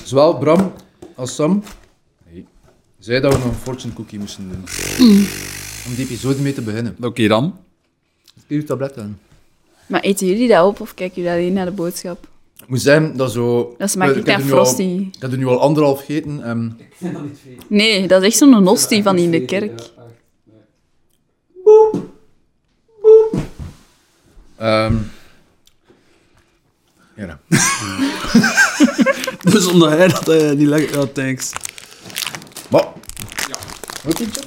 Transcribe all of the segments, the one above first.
Zowel Bram als Sam zei dat we nog een fortune cookie moesten doen. Om die episode mee te beginnen. Oké, dan. Stuur je tablet aan. Maar eten jullie dat op of kijken jullie alleen naar de boodschap? Ik moet zeggen, dat zo... Dat smaakt ik echt heb naar er nu Frosty. Ik heb er nu al 1,5 gegeten. Nee, dat is echt zo'n nostie van in de kerk. Ja. Dus omdat hij dat niet lekker... Ja, thanks. Maar... Ook eentje?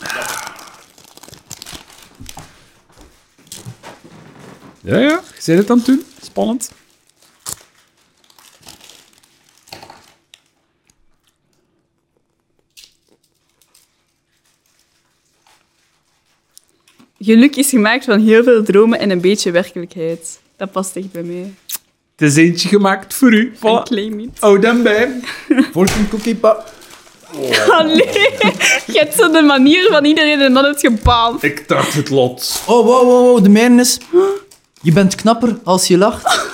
Ja. Je zei het dan toen? Spannend. Geluk is gemaakt van heel veel dromen en een beetje werkelijkheid. Dat past echt bij mij. Het is eentje gemaakt voor u. En Voilà. claim it. Hou dan bij. Fortune cookie, pa. Allee, je hebt zo de manier van iedereen en dan het gebaand. Ik dacht het lot. Oh, wow. De mijne is... Je bent knapper als je lacht.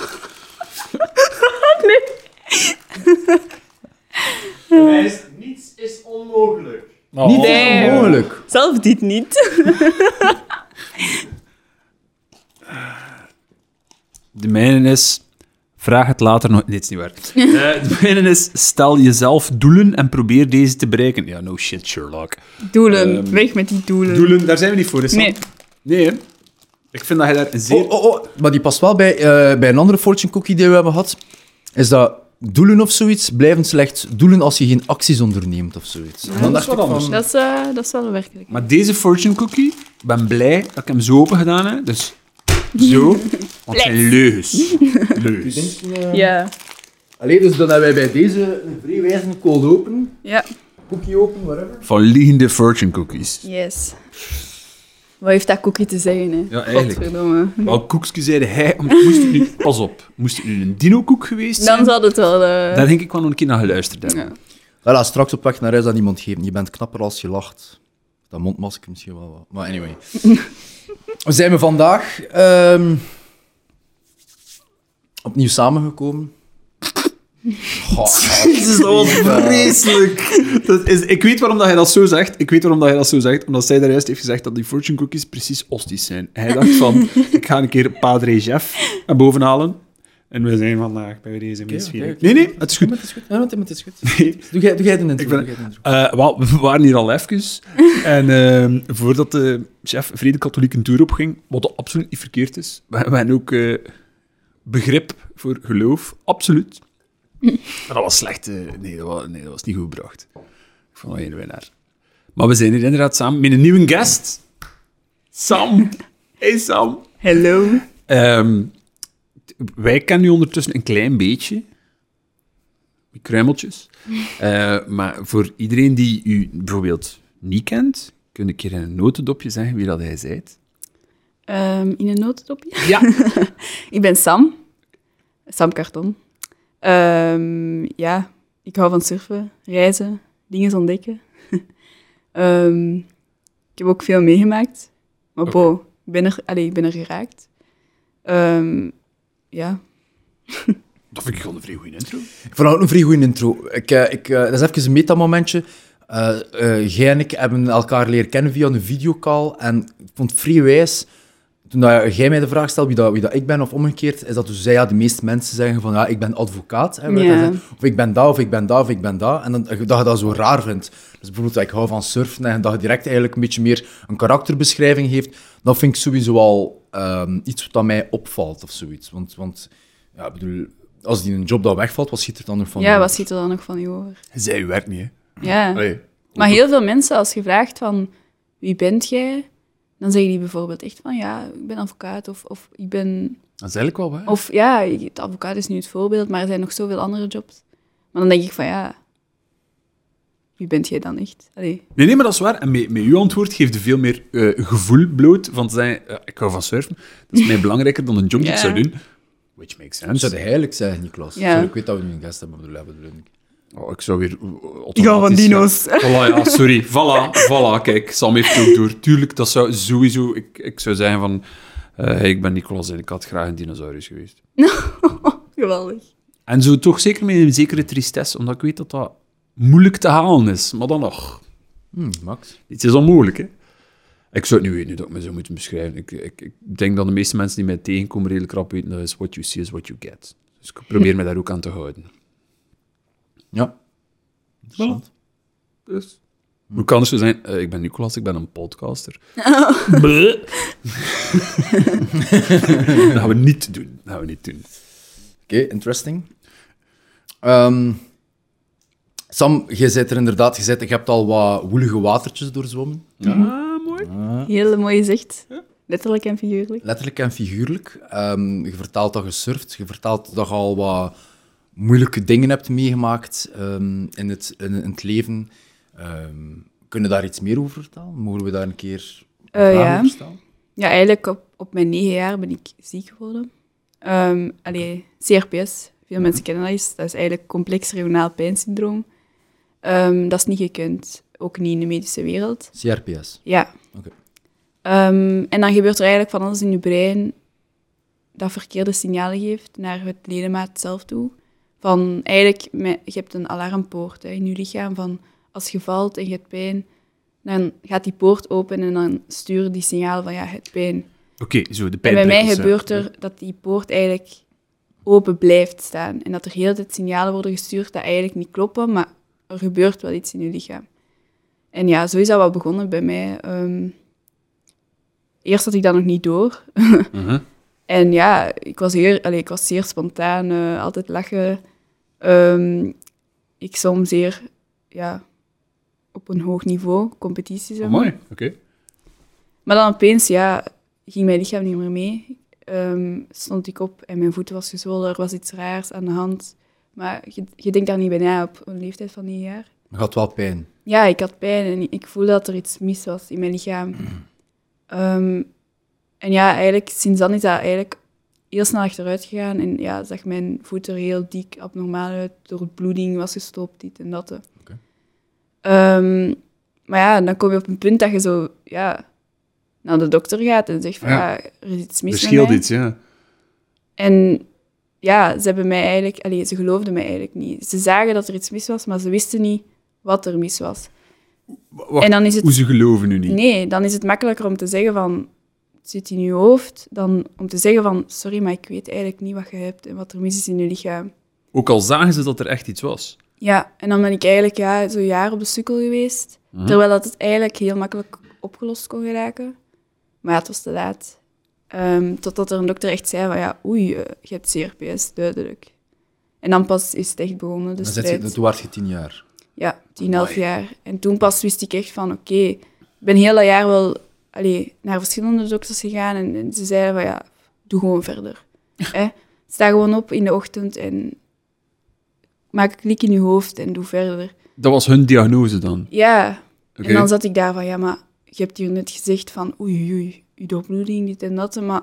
Niets is onmogelijk. Niet Nee. echt onmogelijk. Zelf dit niet. De mijne is... Vraag het later nog... Nee, het is niet waar. De mijne is... Stel jezelf doelen en probeer deze te bereiken. Ja, no shit, Sherlock. Doelen. Weg met die doelen. Doelen, daar zijn we niet voor, is Nee. Nee, hè? Ik vind dat je daar een zeer... Oh. Maar die past wel bij een andere fortune cookie die we hebben gehad. Is dat doelen of zoiets blijven slechts doelen als je geen acties onderneemt of zoiets. En dan dat is dacht wat ik anders. van... Dat is wel werkelijk. Maar deze fortune cookie, ik ben blij dat ik hem zo open gedaan heb. Dus zo, want het zijn leugens. Leugens. Ja. Allee, dus dan hebben wij bij deze een vrij wijze cold open, Ja. cookie open, whatever. Van liegende fortune cookies. Yes. Wat heeft dat cookie te zeggen, hè? Ja, eigenlijk. Godverdomme. Welk koekje zeide hij? Pas op, moest het nu een dino-koek geweest zijn? Dan zal het wel... Daar denk ik wel nog een keer naar geluisterd hebben. Voilà, straks op weg naar huis aan iemand geven. Je bent knapper als je lacht. Dat mondmasker misschien wel wat. Maar anyway. We zijn vandaag opnieuw samengekomen. Jezus, dat was vreselijk. Ik weet waarom dat hij dat zo zegt. Omdat zij daar juist heeft gezegd dat die fortune cookies precies osties zijn. Hij dacht van, ik ga een keer Padre Jeff naar boven halen. En we zijn vandaag bij deze misviering. Oké. Nee, het is goed. Het is goed. Ja, het is goed. Doe jij de intro. Wel, we waren hier al even. En voordat de chef vrede katholieke tour opging, wat absoluut niet verkeerd is, we hebben ook begrip voor geloof. Absoluut. Maar dat was slecht. Nee, dat was niet goed gebracht. Ik vond dat geen winnaar. Maar we zijn hier inderdaad samen met een nieuwe guest. Sam. Hey Sam. Hello. Wij kennen u ondertussen een klein beetje. Die kruimeltjes. Maar voor iedereen die u bijvoorbeeld niet kent, kun je een keer in een notendopje zeggen wie dat hij zijt. In een notendopje? Ja. Ik ben Sam. Sam Karton. Ja, ik hou van surfen, reizen, dingen ontdekken. Ik heb ook veel meegemaakt. Maar Oké. ik ben er geraakt. Ja. Dat vind ik gewoon een vrij goede intro. Ik vond het ook een vrij goede intro. Dat is even een metamomentje. Jij en ik hebben elkaar leren kennen via een videocall. En ik vond het vrij wijs. Toen dat jij mij de vraag stelde wie dat ik ben, of omgekeerd, is dat dus zei, ja, de meeste mensen zeggen van, ja, ik ben advocaat. Hè, Ja. Of ik ben dat, of ik ben dat, of ik ben dat. En dan, dat je dat zo raar vindt. Dus bijvoorbeeld, ik hou van surfen en dat je direct eigenlijk een beetje meer een karakterbeschrijving heeft. Dat vind ik sowieso al iets wat mij opvalt, of zoiets. Want ja, ik bedoel, als die een job dat wegvalt, wat schiet er dan nog van? Ja, wat zit er dan nog van u over? Zij je werkt niet, hè? Ja. Allee. Maar heel veel mensen, als je vraagt van, wie bent jij? Dan zeggen die bijvoorbeeld echt van, ja, ik ben advocaat, of ik ben... Dat is eigenlijk wel waar. Of ja, het advocaat is nu het voorbeeld, maar er zijn nog zoveel andere jobs. Maar dan denk ik van, ja, wie bent jij dan echt? Allee. Nee, maar dat is waar. En met uw antwoord geeft er veel meer gevoel bloot van te zeggen, ik hou van surfen. Dat is mij belangrijker dan een job die ik Ja. zou doen. Which makes Dat sense. zou je eigenlijk zeggen, Niklas. Ja. Sorry, ik weet dat we nu een gast hebben, maar dat bedoel ik. Oh, ik zou weer Ik hou van dino's. Ja. Voilà, ja, sorry. Voilà, kijk, Sam heeft het ook door. Tuurlijk, dat zou sowieso... Ik zou zeggen van... hey, ik ben Nicolas en ik had graag een dinosaurus geweest. Geweldig. En zo toch zeker met een zekere tristesse, omdat ik weet dat dat moeilijk te halen is. Maar dan nog. Max. Iets is onmogelijk, hè. Ik zou het niet weten dat ik me zou moeten beschrijven. Ik denk dat de meeste mensen die mij tegenkomen redelijk rap weten dat is what you see is what you get. Dus ik probeer me daar ook aan te houden. Ja. Voilà. Dus. Hoe kan het zo zijn? Ik ben Nicolas, ik ben een podcaster. Bleh. Dat gaan we niet doen. Oké, interesting. Sam, je zit er inderdaad, je hebt al wat woelige watertjes doorzwommen. Ah, mooi. Heel mooi gezegd. Letterlijk en figuurlijk. Letterlijk en figuurlijk. Je vertelt dat je surft, je vertelt dat je al wat moeilijke dingen hebt meegemaakt in het leven. Kunnen we daar iets meer over vertellen? Mogen we daar een keer een vraag over stellen? Ja, eigenlijk op mijn 9 jaar ben ik ziek geworden. CRPS, veel mensen kennen dat. Dat is eigenlijk complex regionaal pijnsyndroom. Dat is niet gekend, ook niet in de medische wereld. CRPS? Ja. Oké. En dan gebeurt er eigenlijk van alles in je brein dat verkeerde signalen geeft naar het ledemaat zelf toe. Van eigenlijk, je hebt een alarmpoort in je lichaam van als je valt en je hebt pijn, dan gaat die poort open en dan sturen die signaal van ja, je hebt pijn. Oké, zo de En bij mij pijnprikkels, gebeurt er dat die poort eigenlijk open blijft staan. En dat er heel de tijd signalen worden gestuurd dat eigenlijk niet kloppen, maar er gebeurt wel iets in je lichaam. En ja, zo is dat wel begonnen bij mij. Eerst had ik dat nog niet door. En ja, ik was zeer spontaan, altijd lachen. Ik zwom zeer op een hoog niveau, competities. Oh, mooi, oké. Maar dan opeens, ging mijn lichaam niet meer mee. Stond ik op en mijn voet was gezwollen, er was iets raars aan de hand. Maar je denkt daar niet bij na op een leeftijd van 9 jaar. Je had wel pijn. Ja, ik had pijn en ik voelde dat er iets mis was in mijn lichaam. En ja, eigenlijk, sinds dan is dat eigenlijk heel snel achteruit gegaan. En ja, zag mijn voet er heel dik abnormaal uit. Door bloeding was gestopt, dit en dat. Okay. Maar ja, dan kom je op een punt dat je zo naar de dokter gaat en zegt van er is iets mis met mij. Er scheelt iets, ja. En ja, ze geloofden mij eigenlijk niet. Ze zagen dat er iets mis was, maar ze wisten niet wat er mis was. Wacht, en dan is het, hoe ze geloven nu niet? Nee, dan is het makkelijker om te zeggen van het zit in je hoofd, dan om te zeggen van sorry, maar ik weet eigenlijk niet wat je hebt en wat er mis is in je lichaam. Ook al zagen ze dat er echt iets was. Ja, en dan ben ik eigenlijk zo'n jaar op de sukkel geweest, terwijl dat het eigenlijk heel makkelijk opgelost kon geraken. Maar ja, het was te laat. Totdat er een dokter echt zei van je hebt CRPS, duidelijk. En dan pas is het echt begonnen, de strijd. Toen was je 10 jaar? Ja, 10, 11 jaar. En toen pas wist ik echt van oké, ik ben heel dat jaar wel naar verschillende dokters gegaan en ze zeiden van doe gewoon verder. Sta gewoon op in de ochtend en maak een klik in je hoofd en doe verder. Dat was hun diagnose dan? Ja. Okay. En dan zat ik daar van maar je hebt hier net gezegd van oei, je doorbloeding, dit en dat. Maar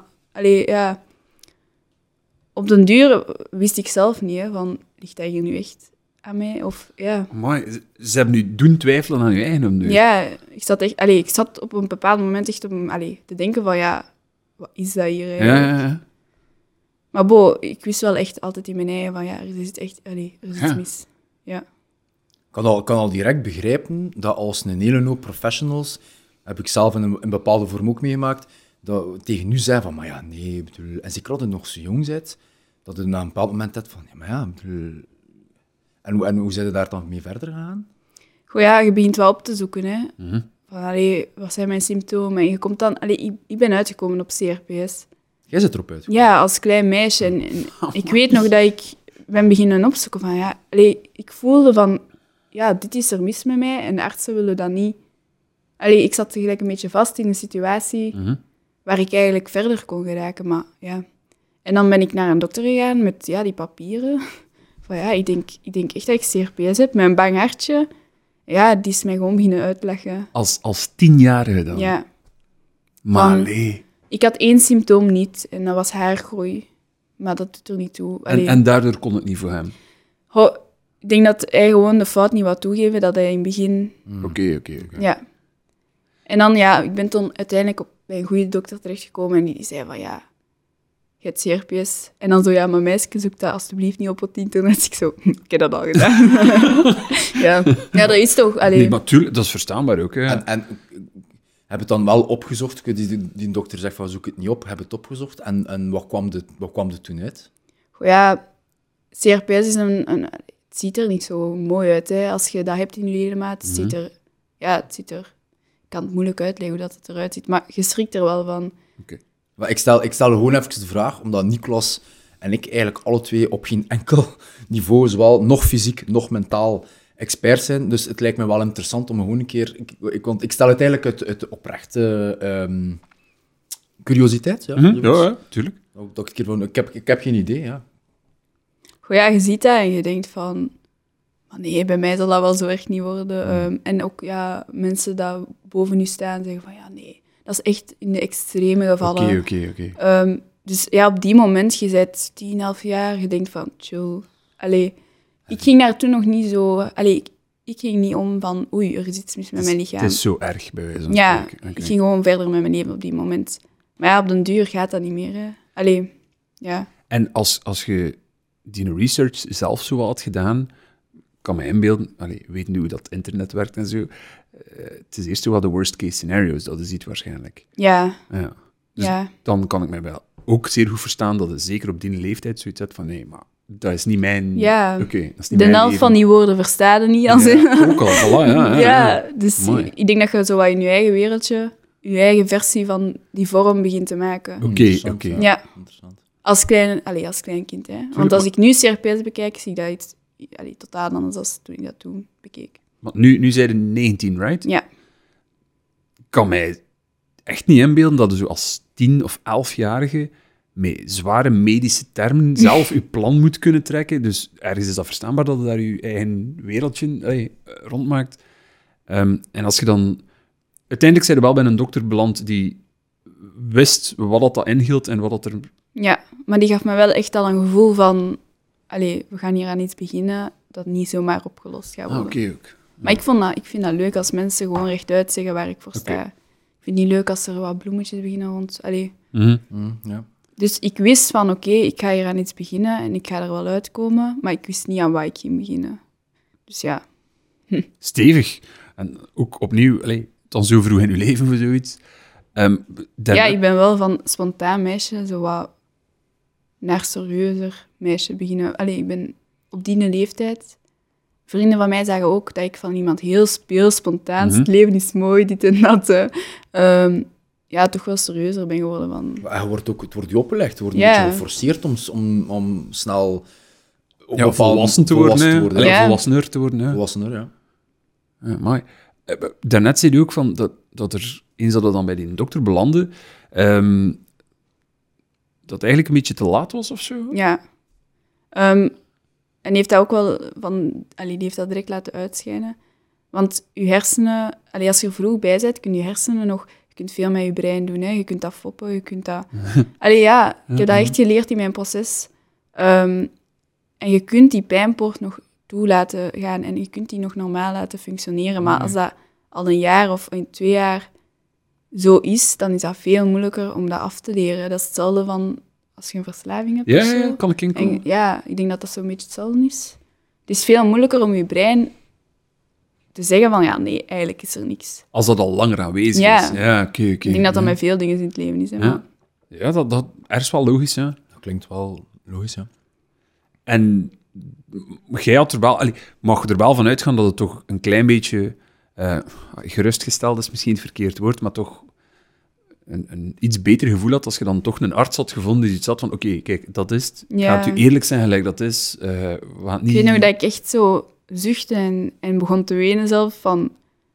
op den duur wist ik zelf niet van ligt dat hier nu echt aan mij? Of Amai, ze hebben nu doen twijfelen aan je eigen omdeur. Ja, ik zat op een bepaald moment echt te denken van wat is dat hier eigenlijk? Ja. Maar ik wist wel echt altijd in mijn eigen van er is echt, er is iets mis. Ja. Ik kan al direct begrijpen dat als een hele hoop professionals, heb ik zelf in een bepaalde vorm ook meegemaakt, dat tegen nu zei van, maar nee, bedoel, en zeker als je nog zo jong bent, dat je na een bepaald moment hebt van, bedoel, en hoe zijn je daar dan mee verder gegaan? Goh, je begint wel op te zoeken, hè. Van, wat zijn mijn symptomen? En je komt dan, ik ben uitgekomen op CRPS. Jij zit erop uit. Ja, als klein meisje. En ik weet nog dat ik ben beginnen opzoeken van, ik voelde van, dit is er mis met mij en de artsen willen dat niet. Ik zat tegelijk een beetje vast in een situatie waar ik eigenlijk verder kon geraken, maar ja. En dan ben ik naar een dokter gegaan met die papieren. Van ik denk echt dat ik CRPS heb, met een bang hartje. Ja, die is mij gewoon beginnen uitleggen. Als 10-jarige dan? Ja. Maar nee. Ik had 1 symptoom niet en dat was haargroei. Maar dat doet er niet toe. En daardoor kon het niet voor hem? Ik denk dat hij gewoon de fout niet wou toegeven, dat hij in het begin... Oké. Ja. En dan, ik ben toen uiteindelijk bij een goede dokter terechtgekomen en die zei van, je hebt CRPS. En dan zo, ja, mijn meisje zoekt dat alsjeblieft niet op het internet. Ik zo, ik heb dat al gedaan. ja, dat is toch... Allee. Nee, maar tuurlijk, dat is verstaanbaar ook. Hè. En heb het dan wel opgezocht? Die dokter zegt van zoek het niet op. Heb het opgezocht? En wat kwam er toen uit? Ja, CRPS is het ziet er niet zo mooi uit. Hè. Als je dat hebt in je ledemaat, het ziet er... Ja, het ziet er... Ik kan het moeilijk uitleggen hoe dat het eruit ziet, maar je schrikt er wel van. Okay. Maar ik stel gewoon even de vraag, omdat Nicolas en ik eigenlijk alle twee op geen enkel niveau, zowel nog fysiek, nog mentaal expert zijn. Dus het lijkt me wel interessant om gewoon een keer... Want ik stel het eigenlijk uit oprechte curiositeit. Ja, Ja, tuurlijk. Dat ik, ik heb geen idee, ja. Goh, ja, je ziet dat en je denkt van... Maar nee, bij mij zal dat wel zo erg niet worden. En ook ja, mensen die boven u staan zeggen van ja, nee. Dat is echt in de extreme gevallen. Oké. Dus ja, op die moment, je bent 10,5 jaar, je denkt van chill. Allee, ik ging daar toen nog niet zo... Allee, ik ging niet om van oei, er is iets mis met mijn lichaam. Het is zo erg bij wijze van ja, spreken. ik ging gewoon verder met mijn leven op die moment. Maar ja, op den duur gaat dat niet meer. Hè. Allee, ja. En als je die research zelf zo had gedaan, kan me inbeelden, weet nu hoe dat internet werkt en zo, het is eerst wel de worst case scenario's dat je ziet waarschijnlijk. Ja. Dus dan kan ik mij wel ook zeer goed verstaan dat je zeker op die leeftijd zoiets hebt van nee, maar dat is niet mijn... Ja, dat is niet de mijn helft leven. van die woorden versta je niet. Als Ook al, voilà, ja. Ja, dus Mooi. ik denk dat je zo wat in je eigen wereldje, je eigen versie van die vorm begint te maken. Oké. Ja. Interessant. Als klein kind, hè. Want als ik nu CRPS bekijk, zie ik dat iets totaal anders dan toen ik dat toen bekeek. Want nu zijn je 19, right? Ja. Ik kan mij echt niet inbeelden dat je zo als 10- of 11-jarige met zware medische termen zelf je plan moet kunnen trekken. Dus ergens is dat verstaanbaar dat je daar je eigen wereldje rondmaakt. En als je dan... Uiteindelijk zijn je wel bij een dokter beland die wist wat dat inhield en wat dat er... Ja, maar die gaf me wel echt al een gevoel van... Allee, we gaan hier aan iets beginnen dat niet zomaar opgelost gaat worden. Oké. Maar ik vind dat leuk als mensen gewoon rechtuit zeggen waar ik voor sta. Ik vind het niet leuk als er wat bloemetjes beginnen rond... Allee. Ja. Dus ik wist van, oké, ik ga hier aan iets beginnen en ik ga er wel uitkomen, maar ik wist niet aan wat ik ging beginnen. Dus ja. Stevig. En ook opnieuw, dan zo vroeg in je leven voor zoiets. Ja, ik ben wel van spontaan meisje, zo wat naar serieuzer meisje beginnen. Allee, ik ben op die leeftijd... Vrienden van mij zagen ook dat ik van iemand heel spontaan, het leven is mooi, dit en dat, toch wel serieuzer ben geworden. Van... Het wordt je opgelegd, het wordt een beetje geforceerd om snel... volwassen te worden. Volwassener te worden. Volwassener, ja. Maar daarnet zei je ook van dat er, eens dat het dan bij die dokter belandde, dat het eigenlijk een beetje te laat was of zo. Ja. En die heeft dat ook wel die heeft dat direct laten uitschijnen. Want je hersenen, als je er vroeg bij bent, kun je hersenen nog... Je kunt veel met je brein doen, hè. Je kunt dat foppen, je kunt dat... ik heb dat echt geleerd in mijn proces. En je kunt die pijnpoort nog toe laten gaan en je kunt die nog normaal laten functioneren. Maar als dat al een jaar of 2 jaar zo is, dan is dat veel moeilijker om dat af te leren. Dat is hetzelfde van als je een verslaving hebt of zo. Ja, kan ik inkomen. Ik denk dat dat zo'n beetje hetzelfde is. Het is veel moeilijker om je brein te zeggen van, ja, nee, eigenlijk is er niks. Als dat al langer aanwezig is. Ja, oké. Ik denk dat dat met veel dingen in het leven is. Hè, maar... Ja, dat is wel logisch, ja. Dat klinkt wel logisch, ja. En jij had er wel... mag je er wel van uitgaan dat het toch een klein beetje... gerustgesteld is misschien het verkeerd woord, maar toch een iets beter gevoel had als je dan toch een arts had gevonden die iets had van, oké, kijk, dat is het. Ja. Gaat u eerlijk zijn gelijk dat is. Niet... Ik weet nog dat ik echt zo zuchtte en begon te wenen zelf van...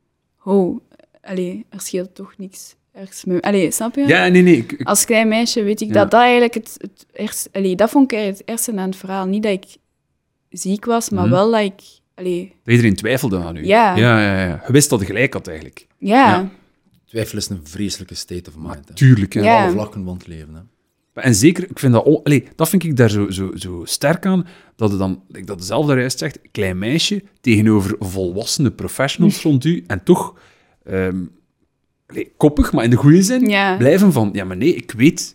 er scheelt toch niks ergs mee. Snap je? Ja, nee. Als klein meisje weet ik dat eigenlijk het eerste... dat vond ik het eerste aan het verhaal. Niet dat ik ziek was, maar wel dat ik... Dat iedereen twijfelde aan u. Ja. Je wist dat je gelijk had, eigenlijk. Ja. Twijfel is een vreselijke state of mind. Hè. Tuurlijk, hè. Ja. Alle vlakken van het leven, hè. En zeker, ik vind dat... dat vind ik daar zo sterk aan, dat je dan, dat je zelf daar juist zegt, klein meisje tegenover volwassene professionals rond u, en toch... koppig, maar in de goede zin, blijven van... Ja, maar nee, ik weet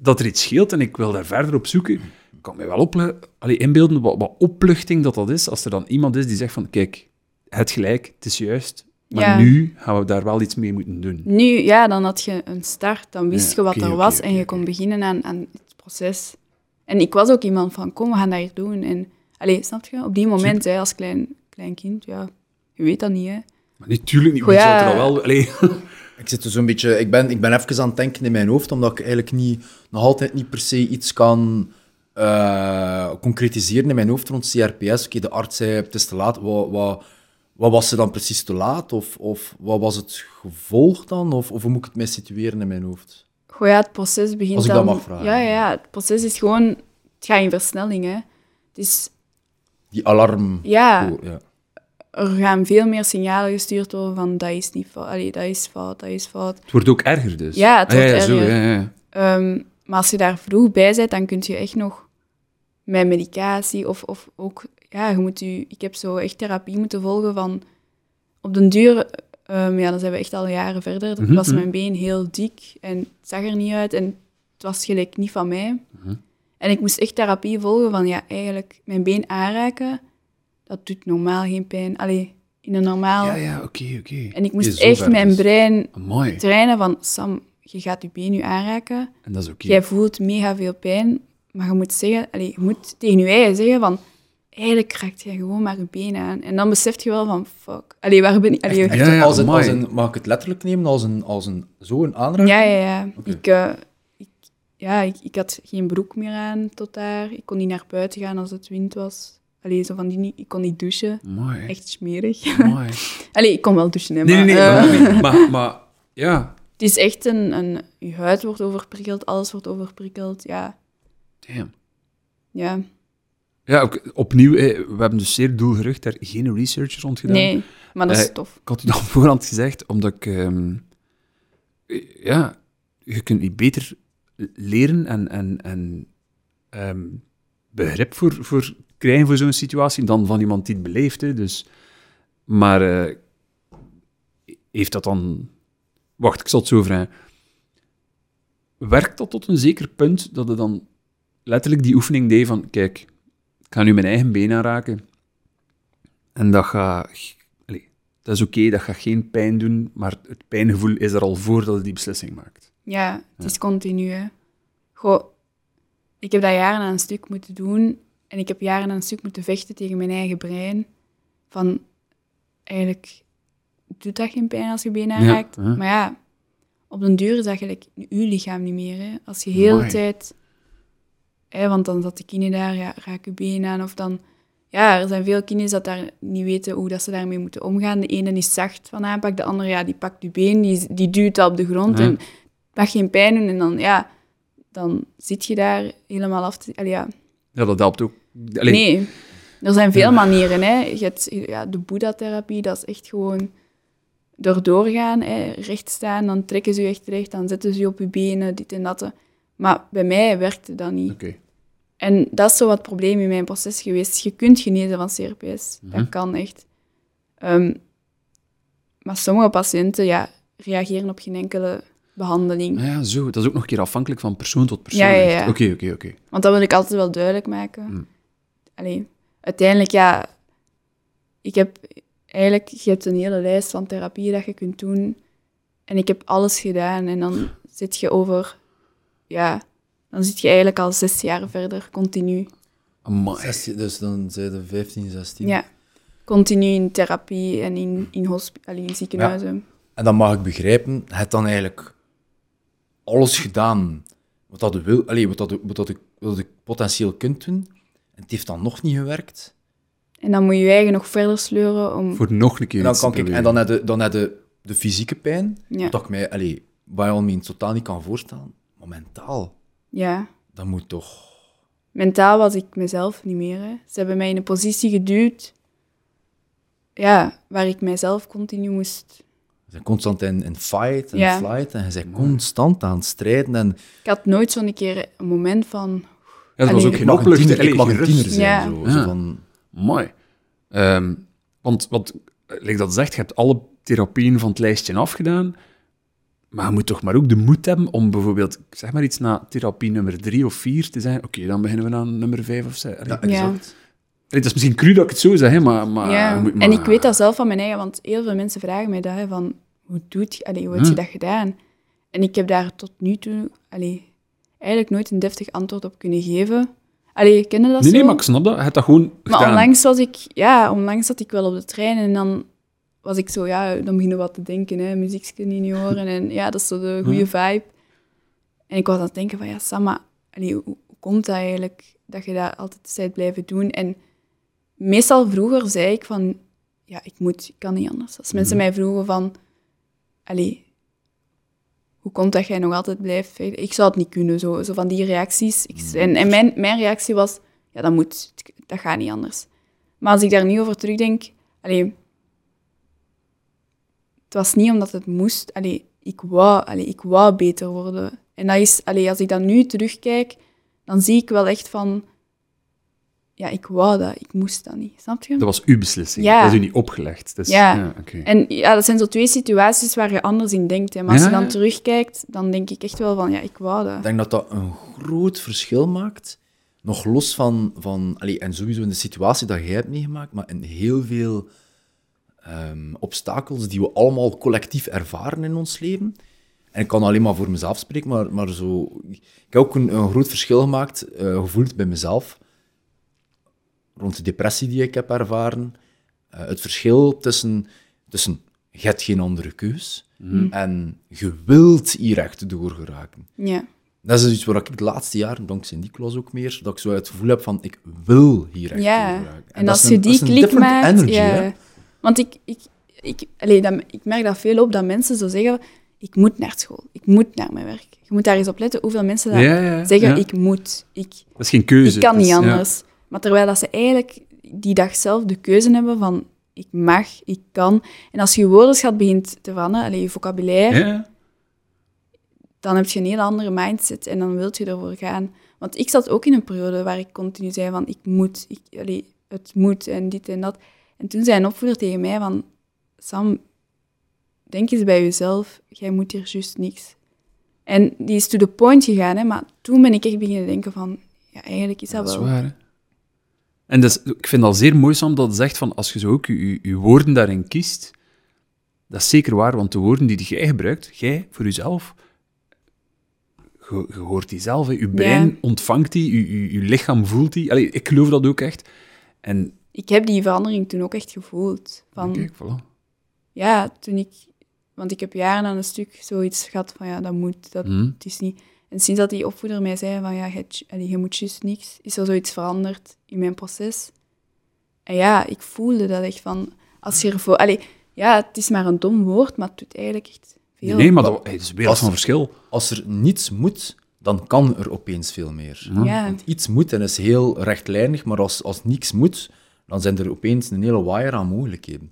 dat er iets scheelt en ik wil daar verder op zoeken. Ik kan me wel inbeelden wat opluchting dat is, als er dan iemand is die zegt van, kijk, het gelijk, het is juist, maar nu gaan we daar wel iets mee moeten doen. Nu, ja, dan had je een start, dan wist je wat er was en je kon oké. beginnen aan het proces. En ik was ook iemand van, kom, we gaan dat hier doen. En, snap je? Op die moment, hè, als klein kind, ja, je weet dat niet, hè. Maar natuurlijk niet, Goh, maar je ja. zou er al wel... Ik zit er zo'n beetje... Ik ben even aan het denken in mijn hoofd, omdat ik eigenlijk nog altijd niet per se iets kan concretiseren in mijn hoofd rond CRPS. Oké, de arts zei, het is te laat. Wat was er dan precies te laat? Of wat was het gevolg dan? Of hoe moet ik het mij situeren in mijn hoofd? Goh, ja, het proces begint Als ik dan... dat mag vragen. Ja, het proces is gewoon... Het gaat in versnelling, hè. Het is... Die alarm... Ja, Oh, ja. er gaan veel meer signalen gestuurd worden van dat is niet fout, dat is fout, dat is fout. Het wordt ook erger dus. Ja, het wordt Zo, erger. ja. Maar als je daar vroeg bij bent, dan kun je echt nog met medicatie of ook... Ja, ik heb zo echt therapie moeten volgen van... Op den duur... dan zijn we echt al jaren verder. Dan was mijn been heel dik en het zag er niet uit. En het was gelijk niet van mij. En ik moest echt therapie volgen van... Ja, eigenlijk, mijn been aanraken, dat doet normaal geen pijn. In een normaal... Ja, oké. En ik moest Zo echt ver mijn dus. brein Mooi. trainen van... Sam, je gaat je been nu aanraken. En dat is oké. Jij voelt mega veel pijn, maar je moet zeggen, je moet tegen je eigen zeggen van, eigenlijk raakt jij gewoon maar je been aan. En dan besef je wel van, fuck, waar ben ik? Echt, Ja, als amai. een, mag ik het letterlijk nemen als een zo'n aanraking? Ja. Oké. Ik had geen broek meer aan tot daar. Ik kon niet naar buiten gaan als het wind was. Zo van ik kon niet douchen. Mooi. Echt smerig. Mooi. Ik kon wel douchen, hè, Nee. Maar ja. Het is echt je huid wordt overprikkeld, alles wordt overprikkeld. Ja. Damn. Ja. Ja, opnieuw, we hebben dus zeer doelgericht daar geen research rond gedaan. Nee, maar dat is tof. Ik had u dat op voorhand gezegd, omdat ik... je kunt niet beter leren en begrip voor krijgen voor zo'n situatie dan van iemand die het beleeft. Hè. Dus, maar heeft dat dan... Wacht, ik zal het zo vragen. Werkt dat tot een zeker punt dat je dan letterlijk die oefening deed van, kijk, ik ga nu mijn eigen been aanraken en dat gaat... Dat is oké, dat gaat geen pijn doen, maar het pijngevoel is er al voordat je die beslissing maakt. Ja, het is continu, hè. Goh, ik heb dat jaren aan een stuk moeten doen en ik heb jaren aan een stuk moeten vechten tegen mijn eigen brein. Van, eigenlijk doet dat geen pijn als je been aanraakt. Ja. Maar ja, op den duur is dat gelijk uw lichaam niet meer, hè. Als je heel de Amai. tijd... want dan zat de kine daar, ja, raak je been aan, of dan... Ja, er zijn veel kines dat daar niet weten hoe dat ze daarmee moeten omgaan. De ene is zacht van aanpak, de andere die pakt je been, die duwt dat op de grond en mag geen pijn doen. En dan zit je daar helemaal af te... Ja, dat helpt ook. Nee, er zijn veel manieren. Hè. Je hebt, de Boeddha-therapie, dat is echt gewoon erdoor gaan, hè. Recht staan, dan trekken ze je echt recht, dan zetten ze je op je benen, dit en dat. Maar bij mij werkte dat niet. Oké. En dat is zo wat probleem in mijn proces geweest. Je kunt genezen van CRPS. Dat kan echt. Maar sommige patiënten reageren op geen enkele behandeling. Ja, zo. Dat is ook nog een keer afhankelijk van persoon tot persoon. Ja. Oké. Want dat wil ik altijd wel duidelijk maken. Uiteindelijk, ik heb eigenlijk... Je hebt een hele lijst van therapieën dat je kunt doen. En ik heb alles gedaan. En dan zit je over... Dan zit je eigenlijk al 6 jaar verder, continu. Amai. 16, dus dan zijn ze 15, 16. Ja, continu in therapie en in ziekenhuizen. En dan mag ik begrijpen, je hebt dan eigenlijk alles gedaan wat dat je wil, wat je potentieel kunt doen. En het heeft dan nog niet gewerkt. En dan moet je je eigen nog verder sleuren om... Voor nog een keer En dan, iets te kan ik, en proberen. dan heb je de fysieke pijn, Ja. wat ik mij bij al means totaal niet kan voorstellen. Maar mentaal, Ja. dat moet toch... Mentaal was ik mezelf niet meer. Hè. Ze hebben mij in een positie geduwd waar ik mijzelf continu moest... Je bent constant in fight en Ja. flight en je bent constant aan het strijden. En Ik had nooit zo'n keer een moment van... Ja, dat was Allee, ook ik geen mag een opluchting. tiener, ik mag geen een tiener rust. zijn. Ja. Zo, Ja. zo van, Mooi. Want like dat zegt, je hebt alle therapieën van het lijstje afgedaan, Maar je moet toch maar ook de moed hebben om bijvoorbeeld, ik zeg maar iets, na therapie nummer 3 of 4 te zeggen, oké, dan beginnen we aan nummer 5 of 6. Ja, Ja. exact. Het is misschien cru dat ik het zo zeg, hè, maar... Ja. je moet En maar- ik weet dat zelf van mijn eigen, want heel veel mensen vragen mij dat, hè, van hoe hoe heb je dat gedaan? En ik heb daar tot nu toe eigenlijk nooit een deftig antwoord op kunnen geven. Ken je dat Nee, zo? nee, maar ik snap dat. Je hebt dat gewoon Maar gedaan. onlangs zat ik wel op de trein en dan was ik zo, dan beginnen we wat te denken, hè, muziekje in je oren en ja, dat is zo de goede vibe. En ik was aan het denken van, ja, Sam, maar, hoe komt dat eigenlijk, dat je dat altijd bent blijven doen? En meestal vroeger zei ik van, ja, ik kan niet anders. Als mensen mij vroegen van, hoe komt dat jij nog altijd blijft vechten? Ik zou het niet kunnen, zo van die reacties. En mijn reactie was, ja, dat gaat niet anders. Maar als ik daar nu over terugdenk, het was niet omdat het moest. Ik wou beter worden. En dat is, als ik dan nu terugkijk, dan zie ik wel echt van, ja, ik wou dat, ik moest dat niet. Snap je? Dat was uw beslissing. Ja. Dat is u niet opgelegd. Dus, Ja. Oké. En ja, dat zijn zo twee situaties waar je anders in denkt. Hè. Maar als je dan terugkijkt, dan denk ik echt wel van, ja, ik wou dat. Ik denk dat dat een groot verschil maakt. Nog los van en sowieso in de situatie dat jij hebt meegemaakt, maar in heel veel obstakels die we allemaal collectief ervaren in ons leven. En ik kan alleen maar voor mezelf spreken, maar zo... Ik heb ook een groot verschil gemaakt, gevoeld bij mezelf, rond de depressie die ik heb ervaren. Het verschil tussen je hebt geen andere keus en je wilt hier echt doorgeraken. Ja. Dat is iets waar ik de laatste jaren, dankzij Niklas ook meer, dat ik zo het gevoel heb van, ik wil hier echt doorgeraken. En dat als is je dat die is een klik different maakt... energy, ja. hè. Want ik merk dat veel op, dat mensen zo zeggen, ik moet naar school, ik moet naar mijn werk. Je moet daar eens op letten hoeveel mensen dat zeggen, ja. ik moet, Dat is geen keuze. ik kan niet Dus, ja. anders. Maar terwijl dat ze eigenlijk die dag zelf de keuze hebben van, ik mag, ik kan. En als je woordenschat begint te veranderen, je vocabulaire, Ja. dan heb je een hele andere mindset en dan wil je ervoor gaan. Want ik zat ook in een periode waar ik continu zei van, ik moet, het moet en dit en dat. En toen zei een opvoeder tegen mij van, Sam, denk eens bij jezelf, jij moet hier juist niks. En die is to the point gegaan, hè, maar toen ben ik echt beginnen denken van, ja, eigenlijk is dat Dat is wel. waar, hè. En dus, ik vind dat zeer mooi, Sam, dat het zegt van, als je zo ook je woorden daarin kiest, dat is zeker waar, want de woorden die jij gebruikt, jij, voor jezelf, je hoort die zelf, hè. Je brein ontvangt die, je lichaam voelt die. Allee, ik geloof dat ook echt. En, Ik heb die verandering toen ook echt gevoeld. Van, kijk, voilà. ja, want ik heb jaren aan een stuk zoiets gehad van, ja, dat moet, het is niet... En sinds dat die opvoeder mij zei van, ja, je moet juist niks, is er zoiets veranderd in mijn proces. En ja, ik voelde dat echt van, als je ervoor... ja, het is maar een dom woord, maar het doet eigenlijk echt veel. Nee, maar dat is een wereld van verschil. Als er niets moet, dan kan er opeens veel meer. Ja. Want iets moet en is heel rechtlijnig, maar als niks moet, dan zijn er opeens een hele waaier aan mogelijkheden.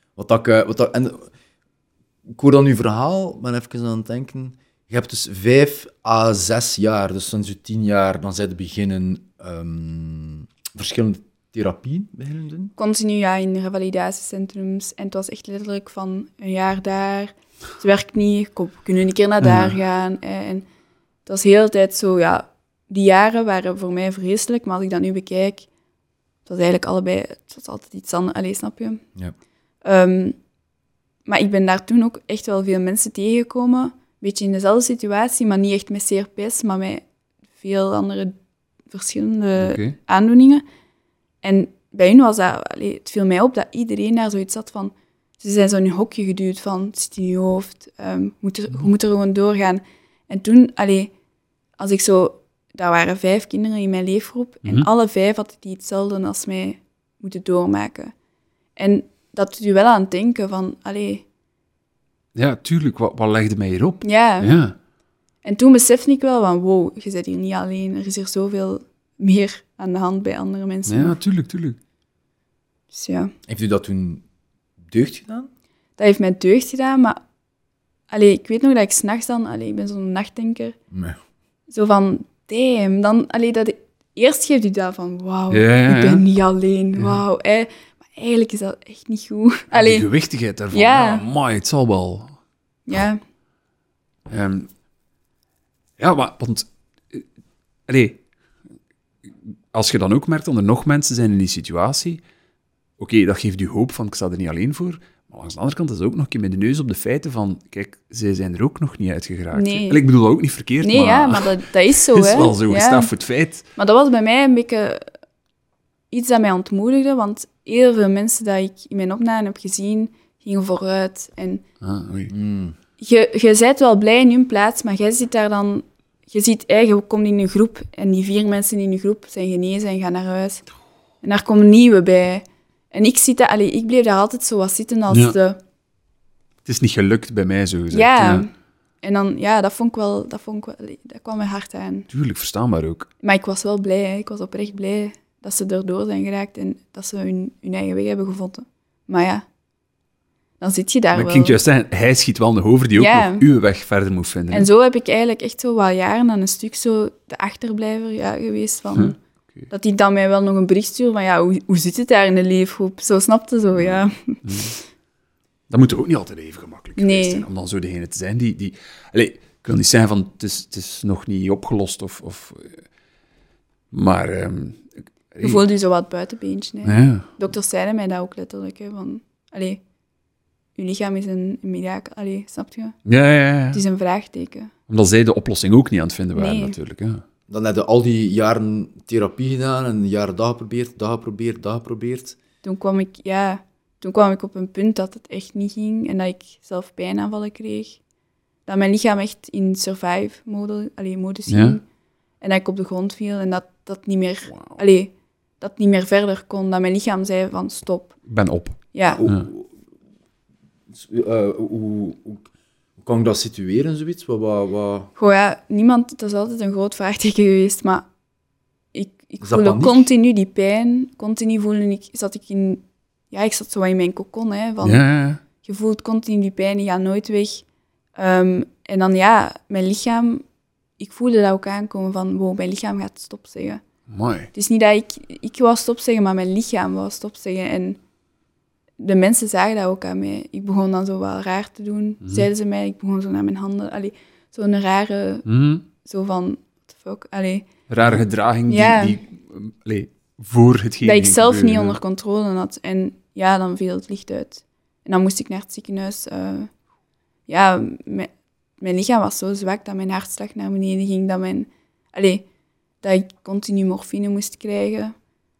Ik hoor dan uw verhaal, ben even aan het denken. Je hebt dus 5 à 6 jaar, dus sinds je 10 jaar, dan zijn beginnen verschillende therapieën beginnen doen. Continu in revalidatiecentrums. En het was echt letterlijk van een jaar daar, het werkt niet, kom, kunnen we een keer naar daar gaan. En het was de hele tijd zo, ja, die jaren waren voor mij vreselijk, maar als ik dat nu bekijk, het was eigenlijk allebei, het was altijd iets anders, snap je? Ja. Maar ik ben daar toen ook echt wel veel mensen tegengekomen, een beetje in dezelfde situatie, maar niet echt met CRPS, maar met veel andere verschillende aandoeningen. En bij hun was dat, het viel mij op dat iedereen daar zoiets had van, ze zijn zo in een hokje geduwd van, het zit in je hoofd, je moet er gewoon doorgaan. En toen, als ik zo, daar waren 5 kinderen in mijn leefgroep, en alle 5 hadden die hetzelfde als mij moeten doormaken. En dat doet je wel aan het denken van, Ja, tuurlijk. Wat legde mij hierop? ja. Ja. En toen besefte ik wel van, wow, je zit hier niet alleen, er is hier zoveel meer aan de hand bij andere mensen. Ja, tuurlijk. Dus ja, Heeft u dat toen deugd gedaan? dat heeft mij deugd gedaan, maar ik weet nog dat ik 's nachts dan, ik ben zo'n nachtdenker, Nee. zo van, damn, dan, eerst geeft u dat van, wauw, Ja. ik ben niet alleen, wauw, maar eigenlijk is dat echt niet goed. Die gewichtigheid daarvan. Ja. Ja, amai, het zal wel. Ja. Ja, maar, want... als je dan ook merkt dat er nog mensen zijn in die situatie, oké, dat geeft je hoop van, ik sta er niet alleen voor, maar langs de andere kant is het ook nog een keer met de neus op de feiten van, kijk, zij zijn er ook nog niet uitgeraakt. Nee. Ik bedoel dat ook niet verkeerd, Nee, maar dat is zo, het is hè. wel zo, je Ja. staat voor het feit. Maar dat was bij mij een beetje iets dat mij ontmoedigde, want heel veel mensen die ik in mijn opname heb gezien, gingen vooruit. En Oei. je bent wel blij in hun plaats, maar jij zit daar dan... Je ziet, je komt in een groep en die 4 mensen in de groep zijn genezen en gaan naar huis. En daar komen nieuwe bij. En ik bleef daar altijd zo wat zitten als Ja. de... Het is niet gelukt bij mij, zo gezegd. Ja. En dan, dat vond ik wel... Dat kwam me hard aan. Tuurlijk, verstaanbaar ook. Maar ik was wel blij, hè. Ik was oprecht blij dat ze erdoor zijn geraakt en dat ze hun eigen weg hebben gevonden. Maar ja, dan zit je daar Maar ik wel. ging juist zeggen, hij schiet wel nog over die ook Ja. nog uw weg verder moet vinden. hè. En zo heb ik eigenlijk echt zo wat jaren aan een stuk zo de achterblijver geweest van... Oké. Dat die dan mij wel nog een bericht stuurde van ja, hoe zit het daar in de leefgroep? Zo snapte zo, ja. Dat moet ook niet altijd even gemakkelijk Nee. geweest zijn, om dan zo degene te zijn die... Allee, ik wil niet zeggen van, het is nog niet opgelost, maar... Je voelde je zo wat buitenbeentje. Hè. Ja. Dokters zeiden mij dat ook letterlijk, hè, van... Allee, je lichaam is een mirakel. Allee, snap je? Ja. Het is een vraagteken. Omdat zij de oplossing ook niet aan het vinden waren, Nee. natuurlijk. Ja. Dan heb je al die jaren therapie gedaan en jaren dat geprobeerd. Toen kwam ik op een punt dat het echt niet ging en dat ik zelf pijnaanvallen kreeg. Dat mijn lichaam echt in survive-modus ging. Ja. En dat ik op de grond viel en dat niet meer... Wauw. dat niet meer verder kon. Dat mijn lichaam zei van stop. Ik ben op. Ja. Hoe kan ik dat situeren, zoiets? Goh, ja, niemand... Dat is altijd een groot vraagteken geweest, maar ik dat voelde paniek? continu die pijn. Continu zat ik in... Ja, ik zat zo wat in mijn kokon, hè, van... Ja. Je voelt continu die pijn, die gaat nooit weg. En dan, mijn lichaam... Ik voelde dat ook aankomen van, wow, mijn lichaam gaat stop zeggen. Mooi. Het is niet dat ik wou stop zeggen, maar mijn lichaam wou stop zeggen. En de mensen zagen dat ook aan mij. Ik begon dan zo wel raar te doen, zeiden ze mij. Ik begon zo naar mijn handen. Zo'n rare... Zo van, what the fuck? Rare gedraging Ja. die voor hetgeen Dat ik ging zelf niet gebeuren, onder controle had. En ja, dan viel het licht uit. En dan moest ik naar het ziekenhuis. Mijn lichaam was zo zwak dat mijn hartslag naar beneden ging. Dat ik continu morfine moest krijgen.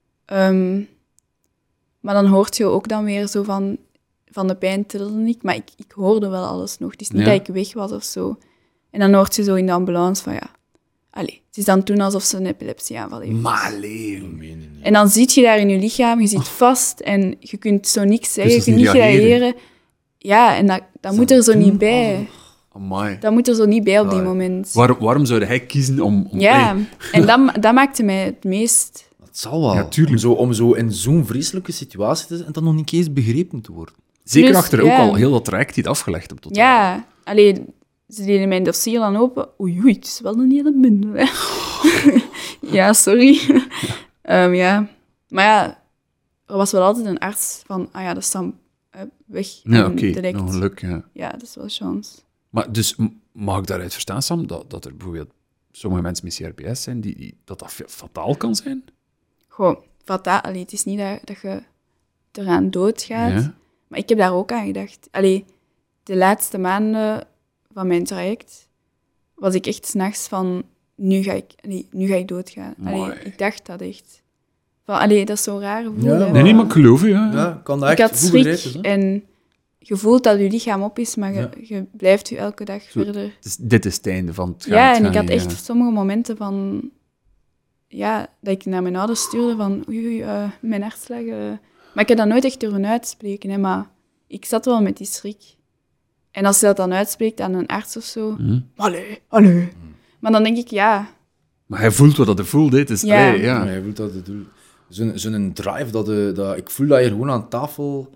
Maar dan hoort je ook dan weer zo van de pijn trilde ik. Maar ik hoorde wel alles nog. Het is niet Ja. dat ik weg was of zo. En dan hoort je zo in de ambulance van het is dan toen alsof ze een epilepsieaanval heeft. Maar leeuw. En dan zit je daar in je lichaam, je zit vast en je kunt zo niks zeggen, je Dus dat kunt is niet niet reageren. reageren. Ja, en dat moet er zo niet bij. Amai. Dat moet er zo niet bij op die Ja. moment. Waarom zou hij kiezen om Ja, en dat maakte mij het meest... Dat zal wel. Ja, tuurlijk. Om zo in zo'n vreselijke situatie te zijn en dan nog niet eens begrepen te worden. Zeker Dus, achter ook ja. al heel dat traject die het afgelegd hebt. Tot Ja, ze deden mijn dossier dan open. Oei, het is wel een hele minder. Hè. Ja, sorry. Ja. Maar ja, er was wel altijd een arts van, dat is dan weg. Ja, En oké. direct. Nog geluk, ja. Ja, dat is wel chance. Maar dus mag ik daaruit verstaan, Sam, dat er bijvoorbeeld sommige mensen met CRPS zijn dat fataal kan zijn? Goh, fataal. Het is niet dat je eraan doodgaat. Ja. Maar ik heb daar ook aan gedacht. De laatste maanden van mijn traject was ik echt 's nachts van, nu ga ik doodgaan. Mooi. Ik dacht dat echt. Van, dat is zo'n raar gevoel. Ja, hè, Nee, maar ik geloof je. Ja. Ja, ik kan dat ik echt had goed schrik begrijpen. Hè? en je voelt dat je lichaam op is, maar Ja. je blijft je elke dag Zo, verder... Dit is het einde van het gaan. Ja, het en gaan ik had niet, echt sommige momenten van... Ja, dat ik naar mijn ouders stuurde van... Oei, mijn hartslag... Maar ik heb dat nooit echt durven uitspreken, hè, maar ik zat wel met die schrik. En als je dat dan uitspreekt aan een arts of zo... Allee. Maar dan denk ik, ja... Maar hij voelt wat dat er voelt, dit is... Ja. Allee, ja. Ja, je voelt dat het doel. Zo'n drive dat ik voel dat je gewoon aan tafel.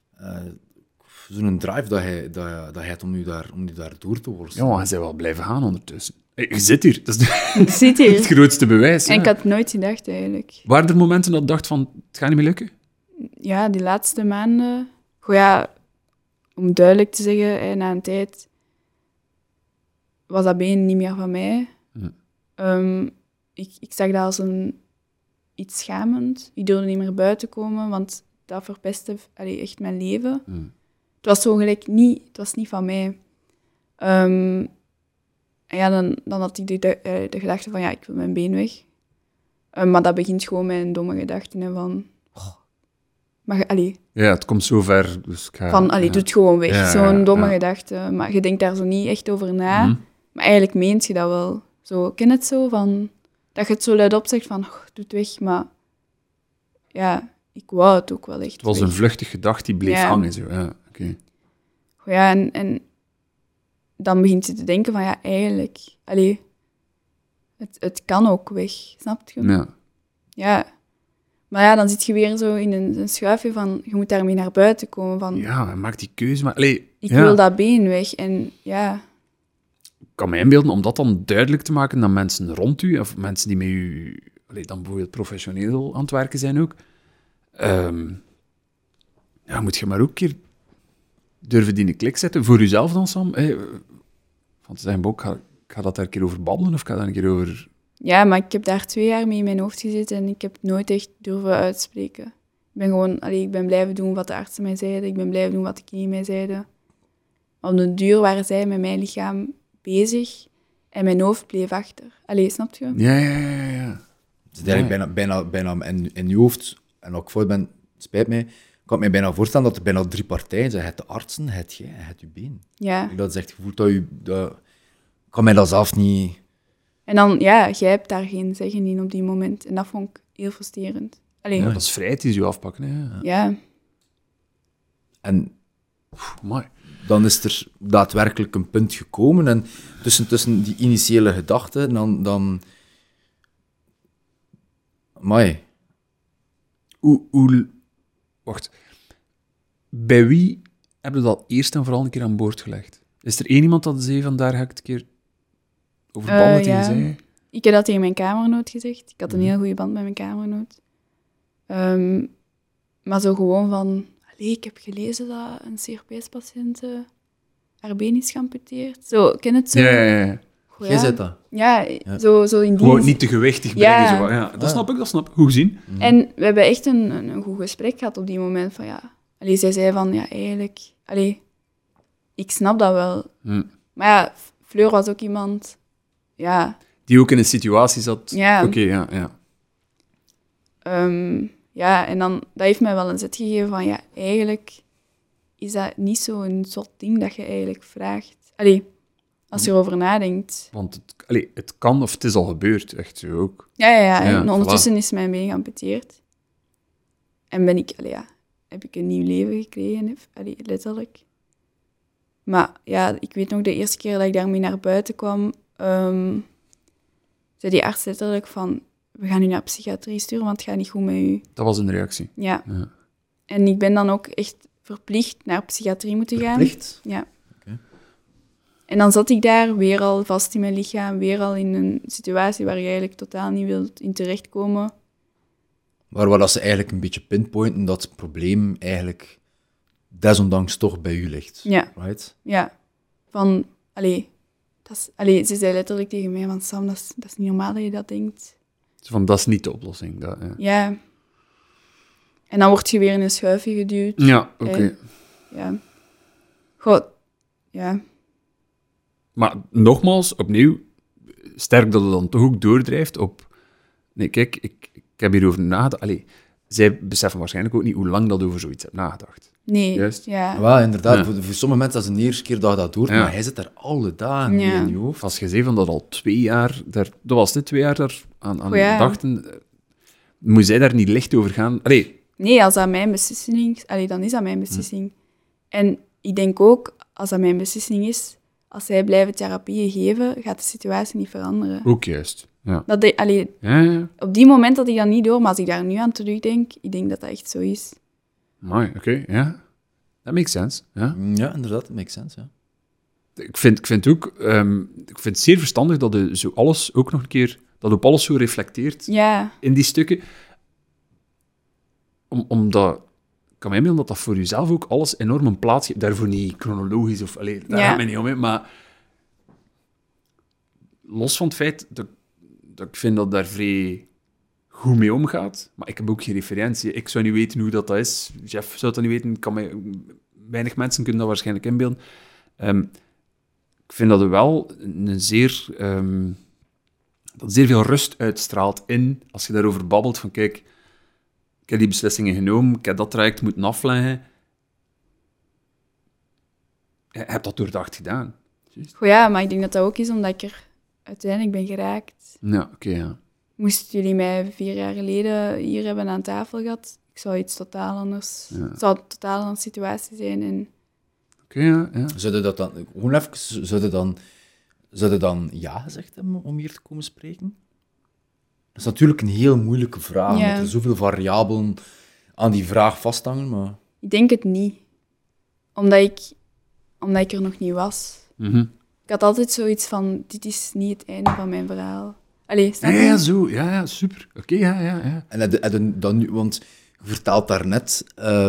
Zo'n drive dat hij hebt om je daar door te worstelen. Ja, maar hij zou wel blijven gaan ondertussen. Hey, je zit hier. Dat is Ik zit hier. het grootste bewijs. En hè. ik had nooit gedacht, eigenlijk. Waren er momenten dat je dacht van, het gaat niet meer lukken? Ja, die laatste maanden... Goh, ja, om duidelijk te zeggen, na een tijd... was dat been niet meer van mij. Hm. Ik zag dat als iets schamend. Ik durfde niet meer buiten komen, want dat verpestte echt mijn leven. Hm. Het was zo gelijk niet... Het was niet van mij. En ja, dan had ik de gedachte van, ja, ik wil mijn been weg. Maar dat begint gewoon met een domme gedachte, hè, van... Maar Ja, het komt zo ver, dus ik ga... van, doe het gewoon weg. Ja, Zo'n domme ja. gedachte. Maar je denkt daar zo niet echt over na. Mhm. Maar eigenlijk meent je dat wel. Zo, ken het zo, van... Dat je het zo luidop zegt van, doe het weg. Maar ja, ik wou het ook wel echt Het was weg. een vluchtige gedachte die bleef Ja. hangen. Zo. Ja, oké. Ja, en dan begint je te denken van, ja, eigenlijk... het kan ook weg, snap je? Ja. Ja. Maar ja, dan zit je weer zo in een schuifje van... Je moet daarmee naar buiten komen van... Ja, maak die keuze. Maar allee, Ik ja. wil dat been weg. En ja... Ik kan me inbeelden om dat dan duidelijk te maken aan mensen rond u, of mensen die met u dan bijvoorbeeld professioneel aan het werken zijn ook. Ja, moet je maar ook een keer durven die in de klik zetten. Voor uzelf dan, Sam. Van te zeggen, ik ga dat daar een keer over babbelen, of ik ga daar een keer over... Ja, maar ik heb daar 2 jaar mee in mijn hoofd gezeten en ik heb het nooit echt durven uitspreken. Ik ben gewoon... ik ben blijven doen wat de artsen mij zeiden. Ik ben blijven doen wat de knieën mij zeiden. Maar op de duur waren zij met mijn lichaam bezig en mijn hoofd bleef achter. Snap je? Ja. Het is eigenlijk bijna in je hoofd, en ook voor ben, spijt mij, ik kan me bijna voorstellen dat er bijna 3 partijen zijn. Het de artsen, het jij, het je been. Ja. Dat is echt gevoeld dat je... Ik kan mij dat zelf niet... En dan, ja, jij hebt daar geen zeggen in op die moment. En dat vond ik heel frustrerend. Ja, dat is vrijheid die ze u afpakken. Hè. Ja. En Mooi. dan is er daadwerkelijk een punt gekomen en tussen die initiële gedachten, dan... Amai. Wacht. Bij wie hebben we dat eerst en vooral een keer aan boord gelegd? Is er één iemand dat zei van daar ga ik het een keer over babbelen tegen ja. zij? Ik heb dat tegen mijn kamergenoot gezegd. Ik had een heel goede band met mijn kamergenoot. Maar zo gewoon van... ik heb gelezen dat een CRPS-patiënt haar been is geamputeerd. Zo, ken het zo? Ja. Goh, Jij zit dat. Ja, zo in die... Gewoon niet te gewichtig brengen. Ja. Zo. Ja, dat snap ik. Goed gezien. En we hebben echt een goed gesprek gehad op die moment van ja... zij zei van, ja, eigenlijk... ik snap dat wel. Maar ja, Fleur was ook iemand... Ja... Die ook in een situatie zat... Ja. Oké, ja. Ja, en dan... Dat heeft mij wel een zet gegeven van, ja, eigenlijk is dat niet zo'n soort ding dat je eigenlijk vraagt. Als je erover nadenkt. Want het kan of het is al gebeurd. Echt zo ook. Ja. En Ja, ondertussen is mijn been geamputeerd. En ben ik... heb ik een nieuw leven gekregen, letterlijk. Maar ja, ik weet nog de eerste keer dat ik daarmee naar buiten kwam, zei die arts letterlijk van, we gaan u naar psychiatrie sturen, want het gaat niet goed met u. Dat was een reactie. Ja. Ja. En ik ben dan ook echt verplicht naar psychiatrie moeten gaan. Verplicht? Ja. Oké. En dan zat ik daar, weer al vast in mijn lichaam, weer al in een situatie waar je eigenlijk totaal niet wilt in terechtkomen. Maar waar dat ze eigenlijk een beetje pinpointen dat het probleem eigenlijk desondanks toch bij u ligt. Ja. Right? Ja. Van, ze zei letterlijk tegen mij van, Sam, dat is niet normaal dat je dat denkt. Dus van, dat is niet de oplossing. Dat, ja. Ja. En dan word je weer in een schuifje geduwd. Ja, oké. Ja. Goh, ja. Maar nogmaals, opnieuw, sterk dat het dan toch ook doordrijft op... Nee, kijk, ik heb hierover nagedacht. Zij beseffen waarschijnlijk ook niet hoe lang dat over zoiets hebt nagedacht. Nee. Juist. Ja. Wel, inderdaad. Ja. Voor sommige mensen is het de eerste keer dat je dat doet, Ja. maar hij zit daar alle dagen mee Ja. in je hoofd. Als je zei van dat al 2 jaar... Dat was dit 2 jaar daar aan Ja. dachten... Moet zij daar niet licht over gaan? Nee, als dat mijn beslissing is, dan is dat mijn beslissing. En ik denk ook, als dat mijn beslissing is, als zij blijven therapieën geven, gaat de situatie niet veranderen. Ook juist. Ja. Ja. Op die moment had ik dat niet door, maar als ik daar nu aan terugdenk, ik denk dat dat echt zo is. Mooi, oké, ja. Dat makes sense, ja. Ja, inderdaad, dat makes sense, ja. Ik vind ook... ik vind het zeer verstandig dat je zo alles ook nog een keer... Dat op alles zo reflecteert Ja. in die stukken. Omdat... Ik kan mij inbeelden dat dat voor jezelf ook alles enorm een plaats geeft. Daarvoor niet chronologisch of... daar Ja. gaat mij niet om, hè, maar... los van het feit dat ik vind dat daar vrij goed mee omgaat, maar ik heb ook geen referentie. Ik zou niet weten hoe dat is. Jeff zou dat niet weten. Weinig mensen kunnen dat waarschijnlijk inbeelden. Ik vind dat er wel een zeer... dat zeer veel rust uitstraalt in, als je daarover babbelt, van kijk, ik heb die beslissingen genomen, ik heb dat traject moeten afleggen. Je hebt dat doordacht gedaan. Goh, ja, maar ik denk dat dat ook is omdat ik er uiteindelijk ben geraakt. Ja, oké, ja. Moesten jullie mij 4 jaar geleden hier hebben aan tafel gehad, ik zou iets totaal anders... Ja. Het zou een totaal andere situatie zijn. En Oké, ja, ja. Zouden dat dan... Gewoon even, zouden dan ja gezegd hebben om hier te komen spreken? Dat is natuurlijk een heel moeilijke vraag, Ja. omdat er zoveel variabelen aan die vraag vasthangen, maar... ik denk het niet. Omdat ik er nog niet was. Mhm. Ik had altijd zoiets van, dit is niet het einde van mijn verhaal. Allee, snap Ja, je? ja, zo. Ja, ja, super. Oké, ja, ja, ja. En heb je dan nu, want je vertelt daarnet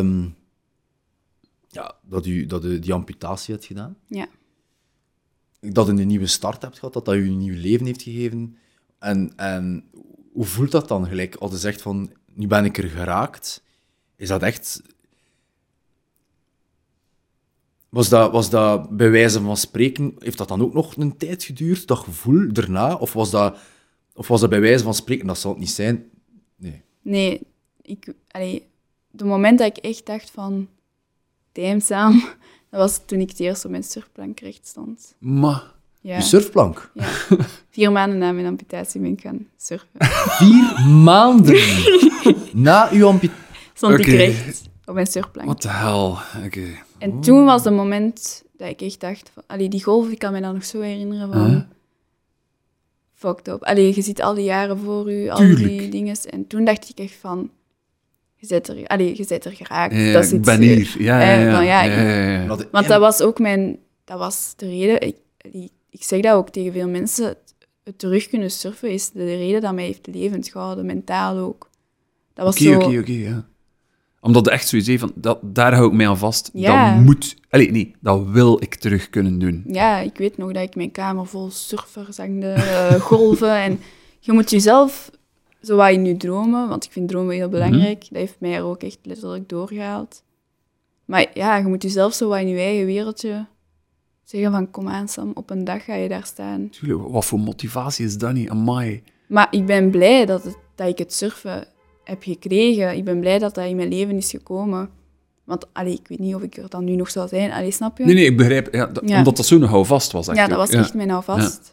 dat je die amputatie hebt gedaan. Ja. Dat je een nieuwe start hebt gehad, dat je een nieuw leven heeft gegeven. En hoe voelt dat dan gelijk als je zegt van, nu ben ik er geraakt? Is dat echt... Was dat bij wijze van spreken, heeft dat dan ook nog een tijd geduurd, dat gevoel daarna? Of was dat bij wijze van spreken, dat zal het niet zijn? Nee. Nee, de moment dat ik echt dacht van, damn Sam, dat was toen ik het eerst op mijn surfplank recht stond. Maar... Ja. Je surfplank. Ja. 4 maanden na mijn amputatie ben ik gaan surfen. 4 maanden na uw amputatie. Stond Oké. ik recht op mijn surfplank. What the hell? Oké. En toen was het moment dat ik echt dacht, van, die golf, ik kan me dan nog zo herinneren van... Huh? Fucked up. Je ziet al die jaren voor u, al Tuurlijk. die dingen. En toen dacht ik echt van, je bent er geraakt. Ja, dat is ik iets, ben hier. Ja, ja, ja. van, ja, ja, ja, ja. Want dat was ook dat was de reden... Ik zeg dat ook tegen veel mensen. Het terug kunnen surfen is de reden dat mij heeft levend gehouden, mentaal ook. Dat was zo... Oké, ja. Omdat het echt zoiets van, daar hou ik mij aan vast. Ja. Dat moet... nee, dat wil ik terug kunnen doen. Ja, ik weet nog dat ik mijn kamer vol surfers zangde, golven. En je moet jezelf zo wat in je dromen, want ik vind dromen heel belangrijk. Dat heeft mij er ook echt letterlijk doorgehaald. Maar ja, je moet jezelf zo wat in je eigen wereldje zeggen van, kom aan Sam, op een dag ga je daar staan. Tuurlijk, wat voor motivatie is dat niet? Amai. Maar ik ben blij dat ik het surfen heb gekregen. Ik ben blij dat dat in mijn leven is gekomen. Want ik weet niet of ik er dan nu nog zou zijn. Snap je? Nee, ik begrijp. Ja, Ja. Omdat dat zo'n houvast was. Echt, Ja, dat ook. was echt mijn houvast.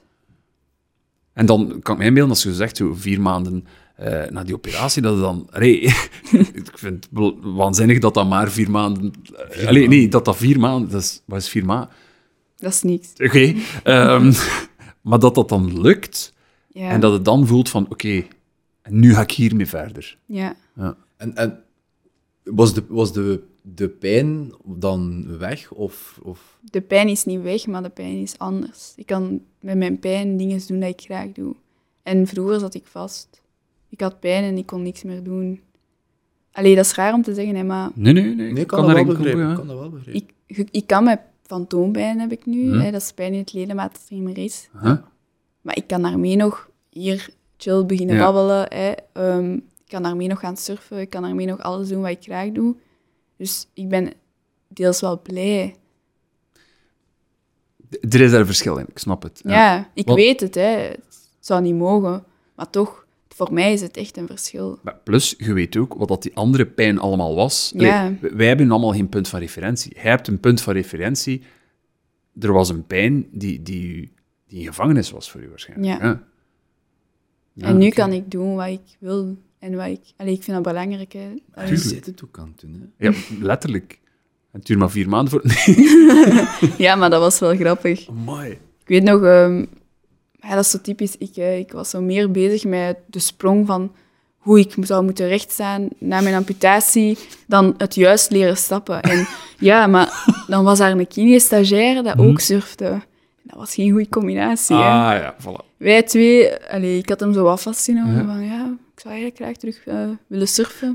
En dan kan ik me inbeelden, als je zegt, zo 4 maanden na die operatie, dat het dan... ik vind het waanzinnig dat dat maar 4 maanden... nee, dat 4 maanden... Wat is 4 maanden? Dat is niks. Oké. Maar dat dan lukt, Ja. en dat het dan voelt van, oké, en nu ga ik hiermee verder. Ja. En was de pijn dan weg? Of... De pijn is niet weg, maar de pijn is anders. Ik kan met mijn pijn dingen doen die ik graag doe. En vroeger zat ik vast. Ik had pijn en ik kon niks meer doen. Dat is raar om te zeggen, hè, maar Nee. Nee, ik kan dat daar wel enkel begrijpen. ja. Ik kan dat wel begrijpen. ik kan met fantoompijn heb ik nu. Hm. Hè, dat is pijn in het ledemaat dat er niet meer is. Huh? Maar ik kan daarmee nog hier chill beginnen Ja. babbelen. Hè. Ik kan daarmee nog gaan surfen. Ik kan daarmee nog alles doen wat ik graag doe. Dus ik ben deels wel blij. Er is daar een verschil in, ik snap het. Ja, ik Want- weet het. Hè. Het zou niet mogen. Maar toch, voor mij is het echt een verschil. Maar plus, je weet ook wat dat die andere pijn allemaal was. Ja. Wij hebben allemaal geen punt van referentie. Jij hebt een punt van referentie. Er was een pijn die een gevangenis was voor u waarschijnlijk. Ja. Ja, En nu oké. kan ik doen wat ik wil. En wat ik... ik vind dat belangrijk. Hè. Je zit het ook aan het doen, hè. Ja, letterlijk. En het duurt maar 4 maanden voor... Ja, maar dat was wel grappig. Amai. Ik weet nog, dat is zo typisch ik was zo meer bezig met de sprong van hoe ik zou moeten rechtstaan na mijn amputatie, dan het juist leren stappen. En ja, maar dan was daar een kine-stagiaire dat ook surfte. En dat was geen goede combinatie. Hè. Ja, voilà. Wij twee, ik had hem zo wat vastgenomen Ja. van ik zou eigenlijk graag terug willen surfen.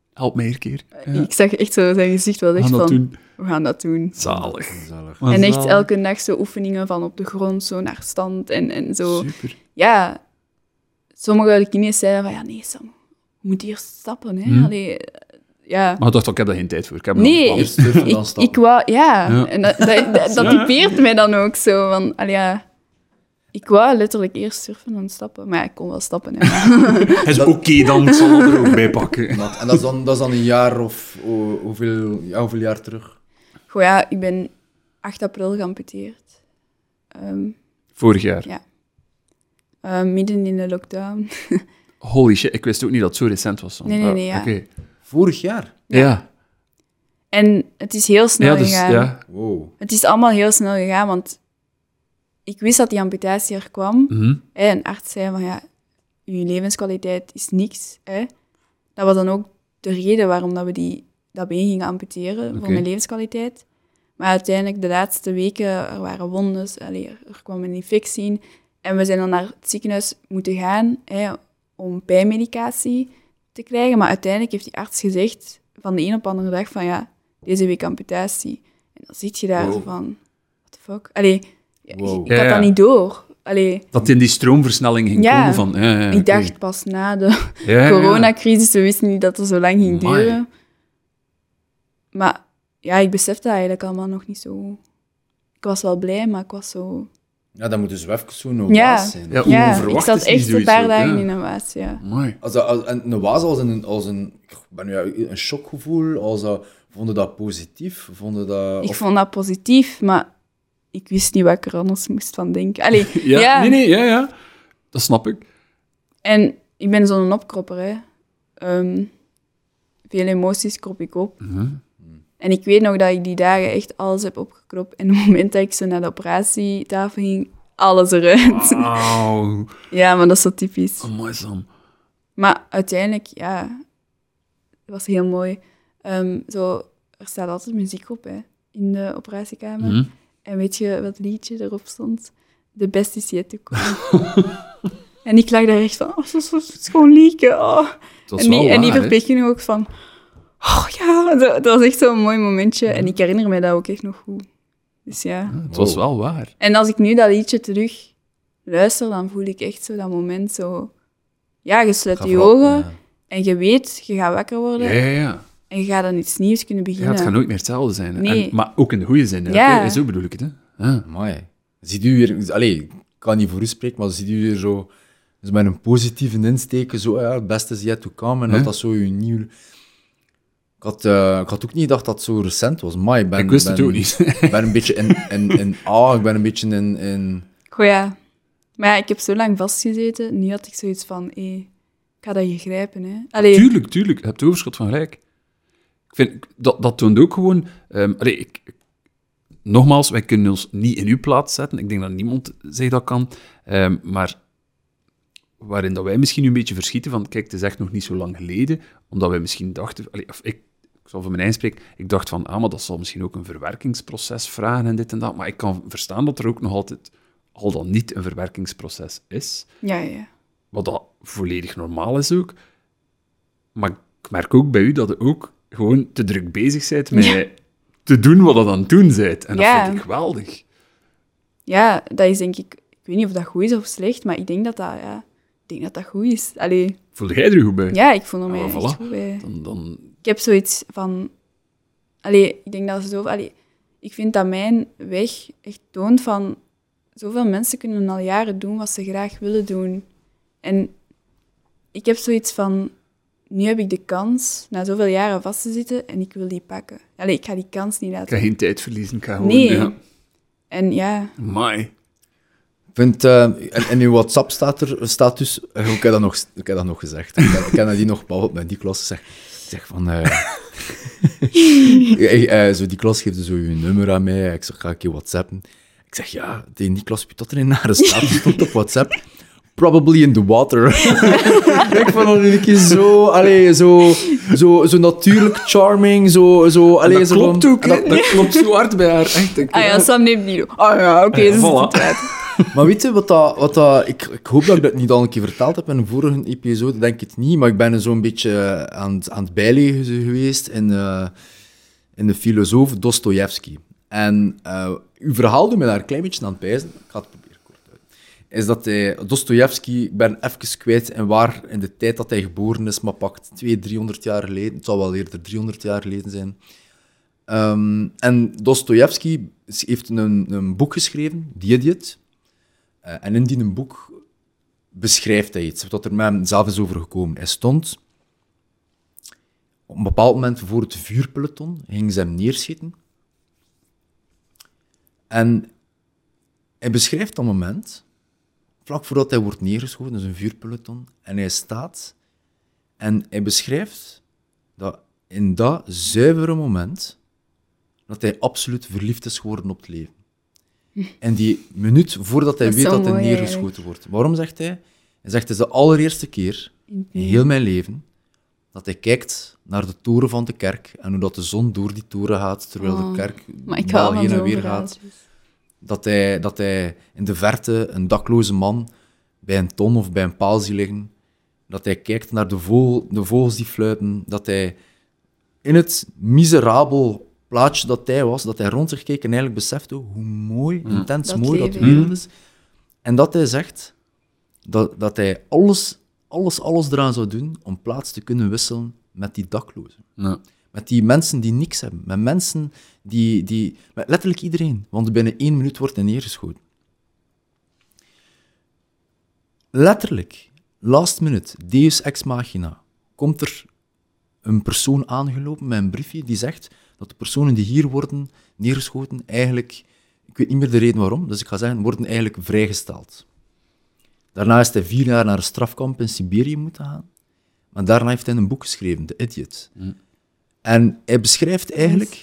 Help mij een keer. Ja. Ik zag echt zo zijn gezicht wel We echt gaan dat van, doen. we gaan dat doen. Zalig. Gezellig. Maar En echt zalig. elke dag zo oefeningen van op de grond, zo naar stand en zo. Super. Ja, sommige kinderen zeiden van, ja, nee Sam, je moet eerst stappen, hè. Allee, ja. Maar ik dacht, ik heb daar geen tijd voor. Ik heb Nee, nog een Eerst surfen, dan Ik stappen. wou, ja. Ja. En dat typeert mij dan ook zo. Van, allee, ja. Ik wou letterlijk eerst surfen en stappen. Maar ja, ik kon wel stappen. Hè. Hij is oké, dan ik zal het er ook bij pakken. En dat is dan een jaar of hoeveel jaar terug? Goh, ja, ik ben 8 april geamputeerd. Vorig jaar. Ja. Midden in de lockdown. Holy shit, ik wist ook niet dat het zo recent was. Nee, ja. Oké. Vorig jaar? Ja. En het is heel snel Ja, dus, gegaan. ja. Wow. Het is allemaal heel snel gegaan, want ik wist dat die amputatie er kwam. Mhm. Een arts zei van, ja, je levenskwaliteit is niks. Hè. Dat was dan ook de reden waarom dat we dat been gingen amputeren, voor Oké. mijn levenskwaliteit. Maar uiteindelijk, de laatste weken, er waren wondes, er kwam een infectie in. En we zijn dan naar het ziekenhuis moeten gaan om pijnmedicatie te krijgen. Maar uiteindelijk heeft die arts gezegd, van de een op de andere dag, van ja, deze week amputatie. En dan zit je daar Wow. zo van, what the fuck? Allee, Wow. ik had Ja. dat niet door. Allee, Dat in die stroomversnelling ging Ja. komen van... Ja, ik oké. dacht pas na de Ja. coronacrisis, we wisten niet dat het zo lang ging Amai. duren. Maar ja, ik besefte dat eigenlijk allemaal nog niet zo. Ik was wel blij, maar ik was zo... Ja, dat moet dus wel even zo'n Ja. waas zijn. Ja, hoe Ja, ik onverwacht zat is niet echt een zoiets paar ook, dagen ja. in een waas, ja. Amai. En een waas als een ik ben nu een shockgevoel, vonden dat positief? Vonden dat... Ik of- vond dat positief, maar ik wist niet wat ik er anders moest van denken. Allee, Ja, ja. nee. Dat snap ik. En ik ben zo'n opkropper, hè. Veel emoties krop ik op. Mhm. En ik weet nog dat ik die dagen echt alles heb opgekropt. En op het moment dat ik zo naar de operatietafel ging, alles eruit. Wauw. Ja, maar dat is zo typisch. Amai, Sam. Maar uiteindelijk, ja, het was heel mooi. Er staat altijd muziek op, hè, in de operatiekamer. Mhm. En weet je wat liedje erop stond? The best is yet to come. En ik lag daar echt van, oh, zo schoon liedje. Oh. Dat is En die, wel en die waar, hè. verpleegkundige ook van, oh ja, dat was echt zo'n mooi momentje. En ik herinner me dat ook echt nog goed. Dus ja. Ja, het was wel waar. En als ik nu dat liedje terug luister, dan voel ik echt zo dat moment zo... Ja, je sluit Ga je vooral- ogen ja. en je weet, je gaat wakker worden Ja. en je gaat dan iets nieuws kunnen Ja, beginnen. het gaat nooit meer hetzelfde zijn. hè. Nee. Maar ook in de goede zin. hè. Ja. Oké, zo bedoel ik het. Hè. Ja. Amai. Ziet u weer... Allee, ik kan niet voor u spreken, maar ziet u weer zo met een positieve insteken, zo, ja, het beste is yet to come, en Hè? dat zo uw nieuw... Ik had ook niet gedacht dat het zo recent was. Maar Ik wist het ook niet. Ik ben een beetje in awe, ik ben een beetje in... Goh, ja. Maar ja, ik heb zo lang vastgezeten. Nu had ik zoiets van, ik ga dat hier grijpen. Hè. Allee, Tuurlijk. Je hebt overschot van gelijk. Ik vind, dat toont ook gewoon... nogmaals, wij kunnen ons niet in uw plaats zetten. Ik denk dat niemand zich dat kan. Maar waarin dat wij misschien nu een beetje verschieten van... Kijk, het is echt nog niet zo lang geleden. Omdat wij misschien dachten... Ik zal voor mijn eigen spreken. Ik dacht van, maar dat zal misschien ook een verwerkingsproces vragen en dit en dat. Maar ik kan verstaan dat er ook nog altijd... al dan niet een verwerkingsproces is. ja. Wat dat volledig normaal is ook. Maar ik merk ook bij u dat je ook gewoon te druk bezig bent met te doen wat je aan het doen bent. En dat Ja. vind ik geweldig. Ja, dat is denk ik... Ik weet niet of dat goed is of slecht, maar ik denk dat dat goed is. Allee, Voelde jij er goed bij? ja, ik voel er mij Ah, echt voilà. goed bij. Dan, Ik heb zoiets van... Allee, ik denk dat zo... Allee, ik vind dat mijn weg echt toont van... Zoveel mensen kunnen al jaren doen wat ze graag willen doen. En ik heb zoiets van... Nu heb ik de kans na zoveel jaren vast te zitten en ik wil die pakken. Allee, ik ga die kans niet ik laten. ga geen tijd verliezen. Ik ga gewoon... Nee. Ja. En ja, Amai. Ik vind, in uw WhatsApp-status... Ik heb dat nog gezegd. Ik heb dat die nog bepaald met die klas gezegd. Ik zeg van... zo die klas geeft zo uw nummer aan mij. Ik zeg, ga ik je WhatsAppen? Ik zeg, ja, tegen die klas dat er in haar status stond op WhatsApp. Probably in the water. Ik vond dat een keer zo... Allee, zo natuurlijk charming. Allee, Dat zo klopt van- ook, hè. Dat klopt zo hard bij haar. Echt, ah ja, Sam neemt niet op. Ah ja, oké, Ja, dus voilà. het uit. Maar weet je, ik hoop dat ik dat niet al een keer verteld heb in een vorige episode, denk ik het niet, maar ik ben zo'n beetje aan het bijlezen geweest in de filosoof Dostojevski. En uw verhaal doet mij daar een klein beetje aan het pijzen. Ik ga het proberen kort uit. Is dat Dostojevski, ik ben even kwijt en waar in de tijd dat hij geboren is, maar pakt 200-300 jaar geleden, het zal wel eerder 300 jaar geleden zijn. En Dostojevski heeft een boek geschreven, The Idiot. En in die boek beschrijft hij iets, wat er met hem zelf is overgekomen. Hij stond op een bepaald moment voor het vuurpeloton, ging ze hem neerschieten. En hij beschrijft dat moment, vlak voordat hij wordt neergeschoten, dus een vuurpeloton, en hij staat en hij beschrijft dat in dat zuivere moment dat hij absoluut verliefd is geworden op het leven. En die minuut voordat hij Dat is weet zo dat hij mooi, neergeschoten eigenlijk. wordt. Waarom zegt hij? Hij zegt, het is de allereerste keer in heel mijn leven dat hij kijkt naar de toren van de kerk en hoe dat de zon door die toren gaat, terwijl de kerk Maar ik wel hou van heen en zo'n weer verhaal. gaat. Dat hij in de verte een dakloze man bij een ton of bij een paal ziet liggen. Dat hij kijkt naar de vogels die fluiten. Dat hij in het miserabel plaatje dat hij was, dat hij rond zich keek en eigenlijk besefte hoe mooi, intens Dat mooi dat leven, wereld is. En dat hij zegt dat hij alles eraan zou doen om plaats te kunnen wisselen met die daklozen. Ja. Met die mensen die niks hebben. Met mensen met letterlijk iedereen. Want binnen 1 minuut wordt hij neergeschoten. Letterlijk. Last minute. Deus ex machina. Komt er een persoon aangelopen met een briefje die zegt dat de personen die hier worden neergeschoten eigenlijk... Ik weet niet meer de reden waarom, dus ik ga zeggen, worden eigenlijk vrijgesteld. Daarna is hij 4 jaar naar een strafkamp in Siberië moeten gaan. Maar daarna heeft hij een boek geschreven, The Idiot. En hij beschrijft eigenlijk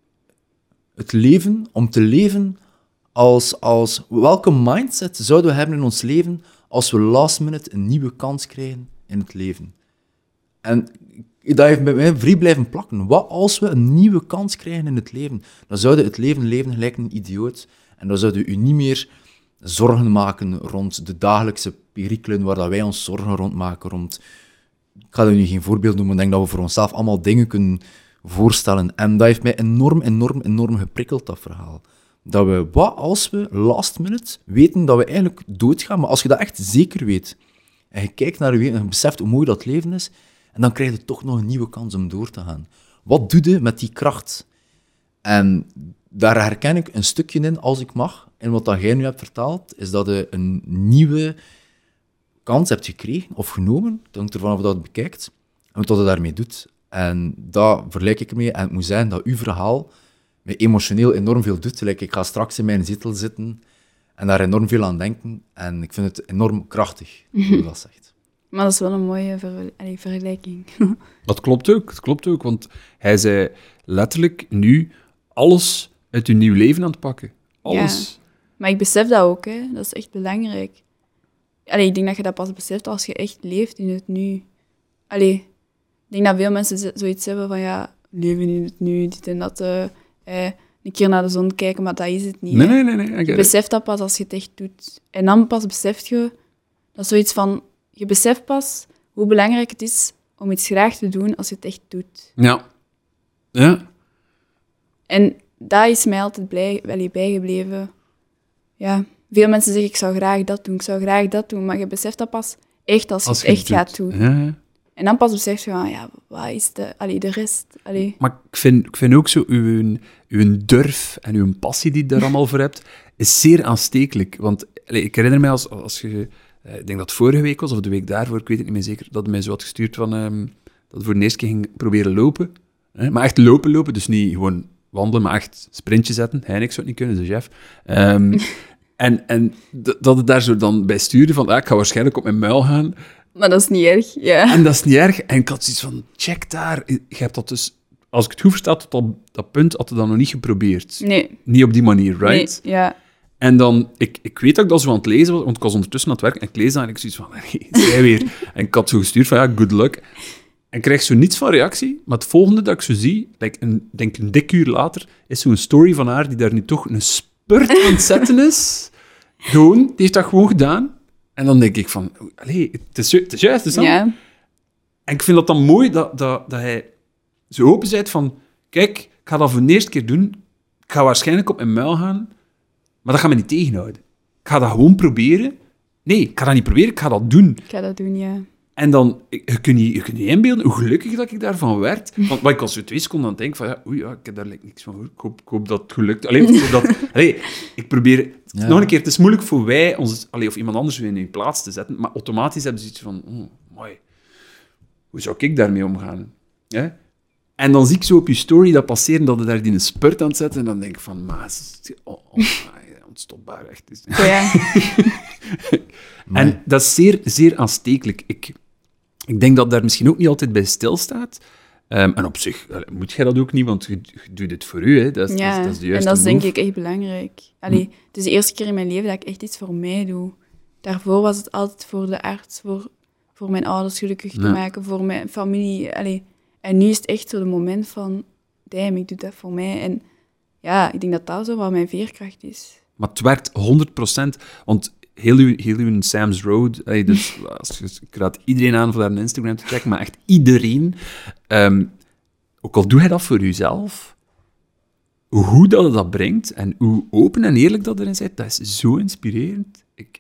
het leven, om te leven als welke mindset zouden we hebben in ons leven als we last minute een nieuwe kans krijgen in het leven. En dat heeft bij mij vrij blijven plakken. Wat als we een nieuwe kans krijgen in het leven? Dan zouden het leven leven gelijk een idioot. En dan zouden u niet meer zorgen maken rond de dagelijkse perikelen waar dat wij ons zorgen rond maken. Ik ga er nu geen voorbeeld noemen, maar ik denk dat we voor onszelf allemaal dingen kunnen voorstellen. En dat heeft mij enorm geprikkeld, dat verhaal. Wat als we last minute weten dat we eigenlijk doodgaan, maar als je dat echt zeker weet, en je kijkt naar je leven en je beseft hoe mooi dat leven is, en dan krijg je toch nog een nieuwe kans om door te gaan. Wat doe je met die kracht? En daar herken ik een stukje in, als ik mag. En wat dat jij nu hebt verteld, is dat je een nieuwe kans hebt gekregen of genomen. Het hangt ervan af dat je het bekijkt en wat je daarmee doet. En dat vergelijk ik ermee. En het moet zijn dat uw verhaal mij emotioneel enorm veel doet. Ik ga straks in mijn zetel zitten en daar enorm veel aan denken. En ik vind het enorm krachtig, hoe je dat zegt. Maar dat is wel een mooie vergelijking. Dat klopt ook, want hij zei letterlijk nu alles uit uw nieuw leven aan het pakken. Alles. Ja. Maar ik besef dat ook, hè. Dat is echt belangrijk. Ik denk dat je dat pas beseft als je echt leeft in het nu. Ik denk dat veel mensen zoiets hebben van, ja, leven in het nu, dit en dat. Een keer naar de zon kijken, maar dat is het niet. Nee. Je beseft dat pas als je het echt doet. En dan pas beseft je, dat is zoiets van, je beseft pas hoe belangrijk het is om iets graag te doen als je het echt doet. Ja. En dat is mij altijd bijgebleven. Ja, veel mensen zeggen, ik zou graag dat doen, maar je beseft dat pas echt als je het echt gaat doen. Ja. En dan pas besef je van, ja, wat is de rest? Maar ik vind ook zo, uw durf en uw passie die je daar allemaal voor hebt, is zeer aanstekelijk. Want ik herinner mij als je... ik denk dat het vorige week was, of de week daarvoor, ik weet het niet meer zeker, dat hij mij zo had gestuurd van... dat voor de eerste keer ging proberen lopen. Maar echt lopen, dus niet gewoon wandelen, maar echt sprintje zetten. Heineken zou het niet kunnen, de chef. En dat het daar zo dan bij stuurde van, ik ga waarschijnlijk op mijn muil gaan. Maar dat is niet erg, ja. En dat is niet erg. En ik had zoiets van, check daar. Je hebt dat dus, als ik het goed versta, tot op dat punt had je dat nog niet geprobeerd. Nee. Niet op die manier, right? Nee, ja. En dan, ik weet dat ik dat zo aan het lezen was, want ik was ondertussen aan het werk en ik lees dat en ik zoiets van, nee, zij weer. En ik had zo gestuurd van, ja, good luck. En ik krijg zo niets van reactie, maar het volgende dat ik zo zie, denk een dik uur later, is zo'n story van haar die daar nu toch een spurt aan het zetten is. Die heeft dat gewoon gedaan. En dan denk ik van, allee, het is juist, het is Ja. En ik vind dat dan mooi dat hij zo open bent van, kijk, ik ga dat voor de eerste keer doen. Ik ga waarschijnlijk op mijn muil gaan, maar dat gaat me niet tegenhouden. Ik ga dat gewoon proberen. Nee, ik ga dat niet proberen, ik ga dat doen. Ik ga dat doen, ja. En dan, je kunt je inbeelden hoe gelukkig dat ik daarvan werd. Want ik was zo 2 seconden aan het denken van, ik heb daar niks van gehoord. Ik hoop dat het gelukt. Ik probeer... Ja. Nog een keer, het is moeilijk voor wij, of iemand anders in hun plaats te zetten, maar automatisch hebben ze iets van, mooi, hoe zou ik daarmee omgaan? Ja? En dan zie ik zo op je story dat passeren, dat je daar die een spurt aan het zetten, en dan denk ik van, maas, onstopbaar, echt. Oh, ja. En dat is zeer, zeer aanstekelijk. Ik denk dat daar misschien ook niet altijd bij stilstaat. En op zich moet jij dat ook niet, want je doet het voor u. Hè. Dat is de juiste en dat is denk move. ik echt belangrijk. Allee, het is de eerste keer in mijn leven dat ik echt iets voor mij doe. Daarvoor was het altijd voor de arts, voor mijn ouders gelukkig te maken, voor mijn familie. Allee. En nu is het echt zo de moment van, damn, ik doe dat voor mij. En ja, ik denk dat dat zo wat mijn veerkracht is. Maar het werkt 100%, want heel uw Sam's Road, dus, ik raad iedereen aan voor daar een Instagram te checken, maar echt iedereen, ook al doe hij dat voor jezelf, hoe goed dat brengt en hoe open en eerlijk dat erin zit, dat is zo inspirerend. Ik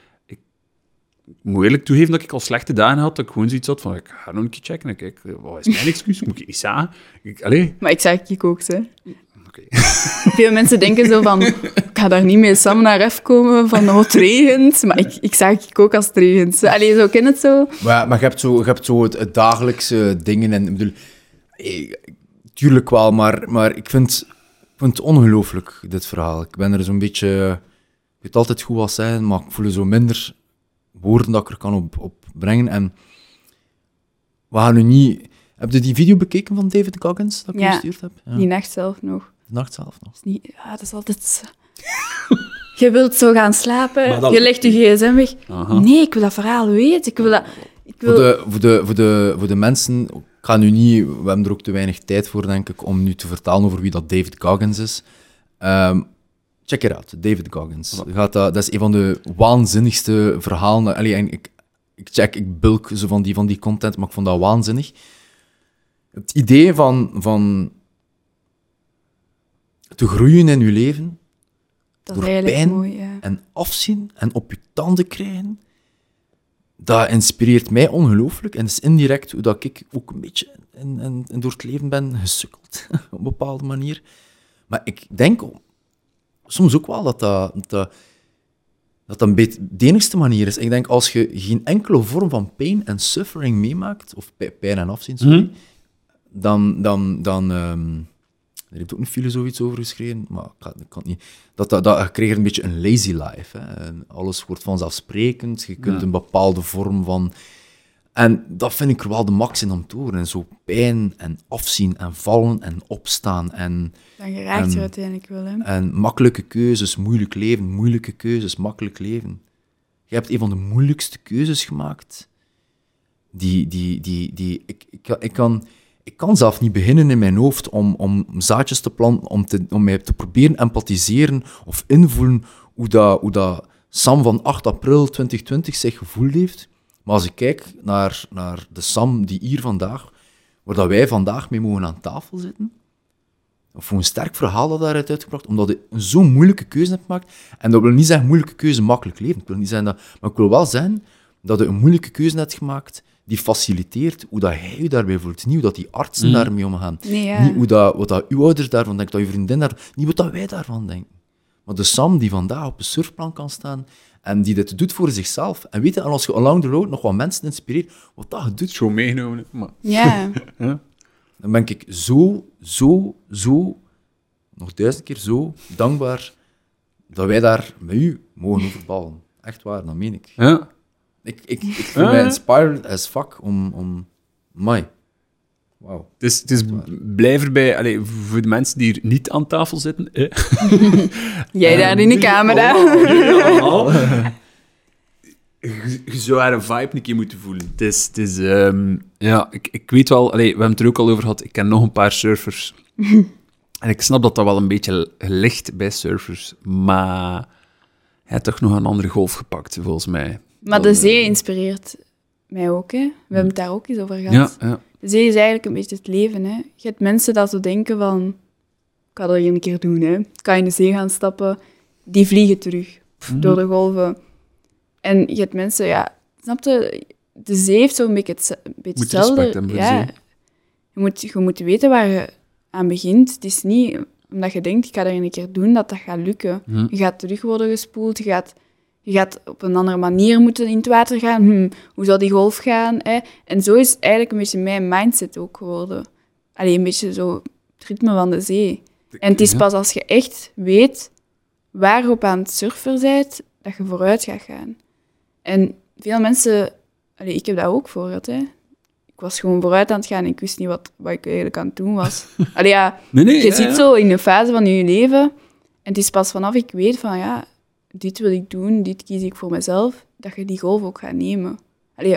moet eerlijk toegeven dat ik al slechte dagen had, dat ik gewoon zoiets had van, ik ga nog een keer checken, en kijk, wat is mijn excuus? Moet ik niet zeggen? Maar ik zeg ook, hè. Okay. Veel mensen denken zo van, ik ga daar niet mee samen naar F komen van, het regent. Maar ik zag ik ook als het regent. Allee, zo ken het zo. Maar je hebt zo het dagelijkse dingen. En, ik bedoel, tuurlijk wel, maar ik vind het ongelooflijk, dit verhaal. Ik ben er zo'n beetje... Ik weet altijd goed wat zijn, maar ik voel zo minder woorden dat ik er kan op brengen. En we gaan nu niet... Heb je die video bekeken van David Goggins, dat ik je gestuurd heb? Ja. Die nacht zelf nog. De nacht zelf nog. Dat is niet... Ja, dat is altijd... Je wilt zo gaan slapen, dat je legt je gsm weg. Aha. Nee, ik wil dat verhaal weten. Ik wil dat... Voor de mensen, ik ga nu niet, we hebben er ook te weinig tijd voor, denk ik, om nu te vertellen over wie dat David Goggins is. Check it out, David Goggins. Dat is een van de waanzinnigste verhalen. Allee, ik bulk zo van die content, maar ik vond dat waanzinnig. Het idee van te groeien in je leven, Dat is door eigenlijk pijn mooi, ja. en afzien en op je tanden krijgen, dat inspireert mij ongelooflijk. En dat is indirect hoe dat ik ook een beetje door het leven ben gesukkeld, op een bepaalde manier. Maar ik denk soms ook wel dat een beetje de enigste manier is. Ik denk, als je geen enkele vorm van pain en suffering meemaakt, of pijn en afzien, sorry, dan er heeft ook een filosoof iets over geschreven, maar ik kan het niet. Je krijgt een beetje een lazy life. Hè. En alles wordt vanzelfsprekend, je kunt een bepaalde vorm van... En dat vind ik er wel de max in om te horen. En zo pijn en afzien en vallen en opstaan en... Dan geraakt je uiteindelijk wel, hè. En makkelijke keuzes, moeilijk leven, moeilijke keuzes, makkelijk leven. Je hebt een van de moeilijkste keuzes gemaakt. Ik kan zelf niet beginnen in mijn hoofd om zaadjes te planten, om mij te proberen empathiseren of invoelen hoe dat Sam van 8 april 2020 zich gevoeld heeft. Maar als ik kijk naar de Sam die hier vandaag, waar dat wij vandaag mee mogen aan tafel zitten, of voor een sterk verhaal dat daaruit uitgebracht, omdat je een zo'n moeilijke keuze hebt gemaakt. En dat wil niet zeggen moeilijke keuze makkelijk leven. Ik wil niet zeggen dat, maar ik wil wel zeggen dat je een moeilijke keuze hebt gemaakt die faciliteert hoe dat hij je daarbij voelt. Niet hoe dat die artsen daarmee omgaan. Nee, ja. Niet wat dat uw ouders daarvan denken, dat je vriendin daarvan... Niet wat dat wij daarvan denken. Maar de Sam die vandaag op een surfplan kan staan en die dit doet voor zichzelf. En weet je, als je along the road nog wat mensen inspireert, wat dat je doet... Zo meegenomen. Maar... Ja. Dan ben ik zo, nog 1000 keer zo dankbaar dat wij daar met u mogen over ballen. Echt waar, dat meen ik. Ja. Ik voel mij inspired as fuck om Mai. Wauw. Het is blijf erbij, allee, voor de mensen die hier niet aan tafel zitten. Jij daar in de camera. Je zou haar een vibe een keer moeten voelen. Het is ja, ik weet wel, allee, we hebben het er ook al over gehad, ik ken nog een paar surfers. En ik snap dat wel een beetje ligt bij surfers, maar Hij had toch nog een andere golf gepakt, volgens mij. Maar de zee inspireert mij ook, hè. We hebben het daar ook eens over gehad. Ja. De zee is eigenlijk een beetje het leven, hè. Je hebt mensen dat zo denken van... Ik ga dat hier een keer doen, hè. Ik ga in de zee gaan stappen. Die vliegen terug door de golven. En je hebt mensen, ja... Snap je? De zee heeft zo'n beetje hetzelfde. respect hebben voor de zee. Je moet weten waar je aan begint. Het is niet omdat je denkt, ik ga dat een keer doen, dat gaat lukken. Je gaat terug worden gespoeld. Je gaat op een andere manier moeten in het water gaan. Hoe zal die golf gaan? Hè? En zo is eigenlijk een beetje mijn mindset ook geworden. Allee, een beetje zo het ritme van de zee. En het is pas als je echt weet waarop aan het surfen bent, dat je vooruit gaat gaan. En veel mensen... Allee, ik heb dat ook voor gehad, hè. Ik was gewoon vooruit aan het gaan en ik wist niet wat ik eigenlijk aan het doen was. Allee, ja, je zit zo in een fase van je leven en het is pas vanaf ik weet van, ja, dit wil ik doen, dit kies ik voor mezelf, dat je die golf ook gaat nemen. Allee,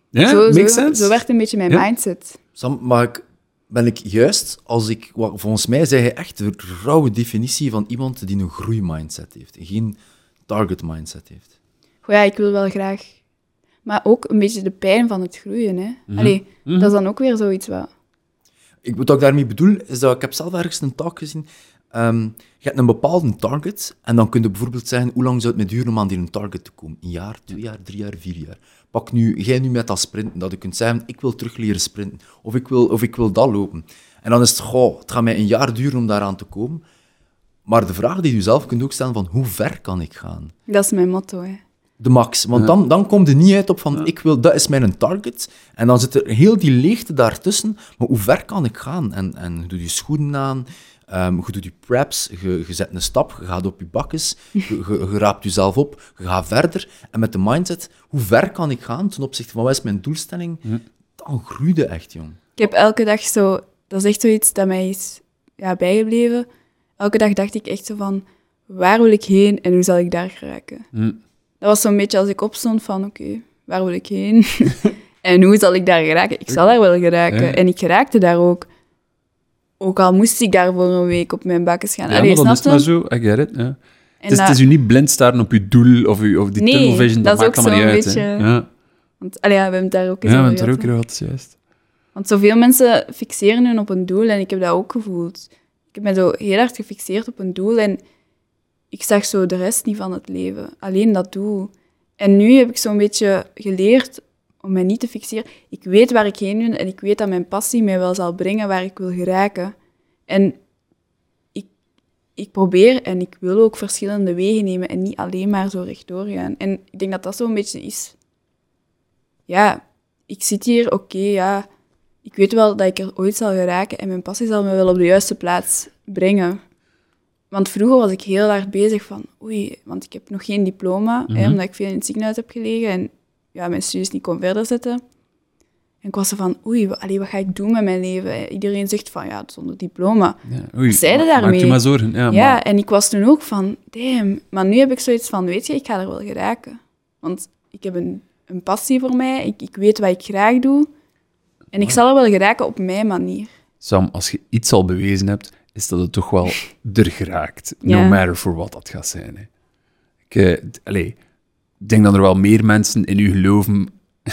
zo werkt een beetje mijn mindset. Sam, ben ik juist als ik... Volgens mij zei hij echt de rauwe definitie van iemand die een groeimindset heeft. Geen target mindset heeft. Goh, ja, ik wil wel graag... Maar ook een beetje de pijn van het groeien, hè. Allee, dat is dan ook weer zoiets wat... Wat ik daarmee bedoel, is dat ik heb zelf ergens een talk gezien. Je hebt een bepaalde target en dan kun je bijvoorbeeld zeggen, hoe lang zou het mij duren om aan die target te komen? 1 jaar, 2 jaar, 3 jaar, 4 jaar. Pak jij nu met dat sprinten, dat je kunt zeggen, ik wil terug leren sprinten, of ik wil dat lopen. En dan is het, het gaat mij 1 jaar duren om daaraan te komen. Maar de vraag die je zelf kunt ook stellen, van hoe ver kan ik gaan? Dat is mijn motto, hè. De max. Want dan komt er niet uit op van, dat is mijn target. En dan zit er heel die leegte daartussen. Maar hoe ver kan ik gaan? En je doet je schoenen aan, je doet je preps, je zet een stap, je gaat op je bakkes, je raapt jezelf op, je gaat verder. En met de mindset, hoe ver kan ik gaan ten opzichte van wat is mijn doelstelling? Dan groeide echt, jong. Ik heb elke dag zo... Dat is echt zoiets dat mij is bijgebleven. Elke dag dacht ik echt zo van, waar wil ik heen en hoe zal ik daar geraken? Dat was zo'n beetje als ik opstond van, oké, waar wil ik heen? En hoe zal ik daar geraken? Ik zal daar wel geraken. Ja. En ik geraakte daar ook. Ook al moest ik daar voor een week op mijn bakkes gaan. Ja, maar dan is het maar zo. I get it. Ja. Het is u niet blind staren op je doel of die tunnel vision. Dat maakt allemaal niet uit. Beetje... Ja. Want we hebben het daar ook eens over gehad. Ja, we hebben het er ook gehad, juist. Want zoveel mensen fixeren hun op een doel en ik heb dat ook gevoeld. Ik heb me zo heel hard gefixeerd op een doel en ik zag zo de rest niet van het leven. Alleen dat doel. En nu heb ik zo'n beetje geleerd om mij niet te fixeren. Ik weet waar ik heen wil en ik weet dat mijn passie mij wel zal brengen waar ik wil geraken. En ik probeer en ik wil ook verschillende wegen nemen en niet alleen maar zo rechtdoor gaan. En ik denk dat dat zo'n beetje is. Ja, ik zit hier, ik weet wel dat ik er ooit zal geraken en mijn passie zal me wel op de juiste plaats brengen. Want vroeger was ik heel hard bezig van, want ik heb nog geen diploma, omdat ik veel in het ziekenhuis heb gelegen en mijn studies niet kon verder zetten. En ik was er van, wat ga ik doen met mijn leven? Iedereen zegt van, zonder diploma. Ja, wat zeiden daarmee? Maak je maar zorgen. Ja, en ik was toen ook van, damn. Maar nu heb ik zoiets van, weet je, ik ga er wel geraken. Want ik heb een passie voor mij, ik weet wat ik graag doe. En ik zal er wel geraken op mijn manier. Sam, als je iets al bewezen hebt, is dat het toch wel er geraakt. No matter for what dat gaat zijn. Hè. Ik denk dat er wel meer mensen in u geloven.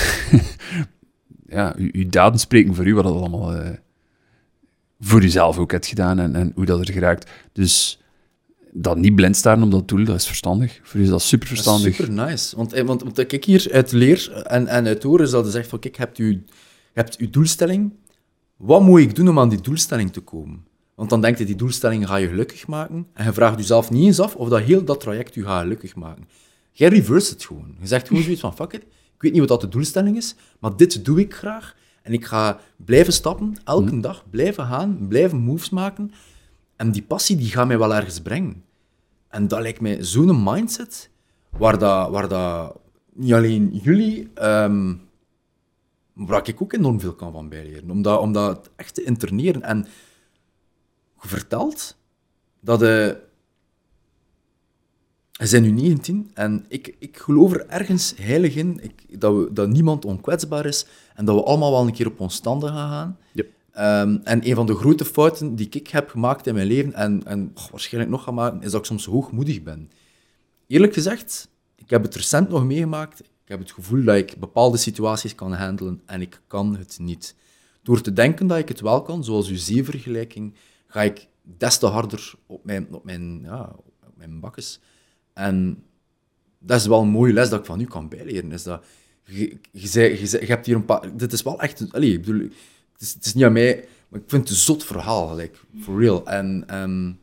Uw daden spreken voor u, wat dat allemaal voor uzelf ook hebt gedaan en hoe dat er geraakt. Dus dat niet blind staren op dat doel, dat is verstandig. Voor u is dat super verstandig. Super nice. Want wat ik hier uit leer en uit hoor, is dat je zegt van, kijk, je hebt uw doelstelling. Wat moet ik doen om aan die doelstelling te komen? Want dan denk je, die doelstelling ga je gelukkig maken. En je vraagt jezelf niet eens af of dat heel dat traject je gaat gelukkig maken. Jij reverse het gewoon. Je zegt gewoon zoiets van, fuck it. Ik weet niet wat dat de doelstelling is, maar dit doe ik graag. En ik ga blijven stappen, elke dag blijven gaan, blijven moves maken. En die passie, die gaat mij wel ergens brengen. En dat lijkt mij zo'n mindset, waar dat niet alleen jullie, waar ik ook enorm veel kan van bijleren. Om dat echt te interneren. En je vertelt dat je zijn nu 19 en ik geloof er ergens heilig in dat niemand onkwetsbaar is en dat we allemaal wel een keer op ons standen gaan gaan. Yep. En een van de grote fouten die ik heb gemaakt in mijn leven en waarschijnlijk nog ga maken, is dat ik soms hoogmoedig ben. eerlijk gezegd, ik heb het recent nog meegemaakt. Ik heb het gevoel dat ik bepaalde situaties kan handelen en ik kan het niet. Door te denken dat ik het wel kan, zoals uw zeevergelijking, ga ik des te harder op mijn bakkes. En dat is wel een mooie les dat ik van u kan bijleren. Is dat je hebt hier een paar... Dit is wel echt... Allee, ik bedoel, het is niet aan mij, maar ik vind het een zot verhaal, like, for real. En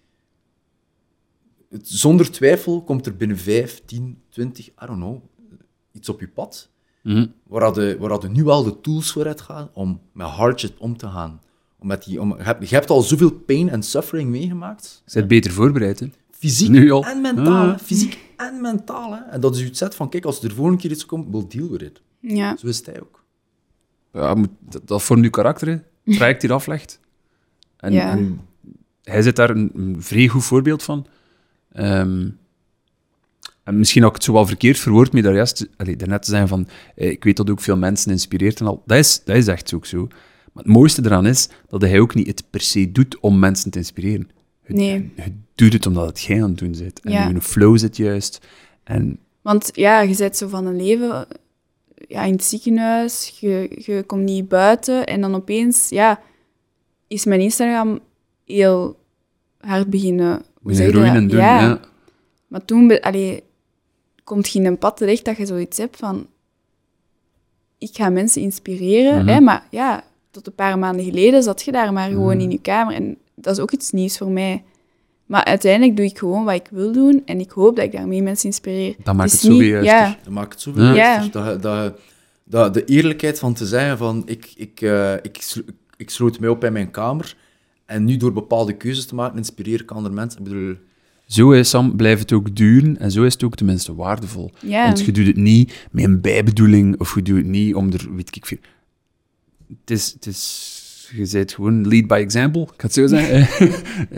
zonder twijfel komt er binnen 5, 10, 20, I don't know, iets op je pad, waar je nu wel de tools voor hebt gaan om met hardship om te gaan. Je hebt al zoveel pain en suffering meegemaakt. Je bent beter voorbereid, hè? Fysiek Nu al. en mentaal. Fysiek en mentaal. Hè. En dat is u het zet van, kijk, als er de volgende keer iets komt, we'll deal with it. Ja. Zo is hij ook. Ja, dat vormt uw karakter, hè. Het traject hier aflegt. En, Ja. en hij zit daar een vrij goed voorbeeld van. En misschien ook het zo wel verkeerd verwoord, maar daarnet te zeggen van, ik weet dat ook veel mensen inspireert en al. Dat is echt ook zo. Maar het mooiste eraan is dat hij ook niet het per se doet om mensen te inspireren. Nee. Je doet het omdat het jij aan het doen zit. En Ja. je flow zit juist. En Want ja, je bent zo van een leven in het ziekenhuis, je komt niet buiten en dan opeens is mijn Instagram heel hard beginnen... hoe zeg je groeien dat? en doen, Ja. ja. Maar toen komt je in een pad terecht dat je zoiets hebt van... Ik ga mensen inspireren, hè, maar ja, tot een paar maanden geleden zat je daar maar gewoon in je kamer. En dat is ook iets nieuws voor mij. Maar uiteindelijk doe ik gewoon wat ik wil doen en ik hoop dat ik daarmee mensen inspireer. Dat maakt is het zoveel niet- juister. Ja, Dat maakt het zoveel Ja. juister. Dat de eerlijkheid van te zeggen van, ik sloot mij op bij mijn kamer en nu door bepaalde keuzes te maken, inspireer ik andere mensen. Ik bedoel, Zo is Sam, blijft het ook duren en zo is het ook tenminste waardevol. Ja. Want je doet het niet met een bijbedoeling of je doet het niet om er, weet ik veel... Het is, je bent gewoon lead by example, ik ga het zo zeggen.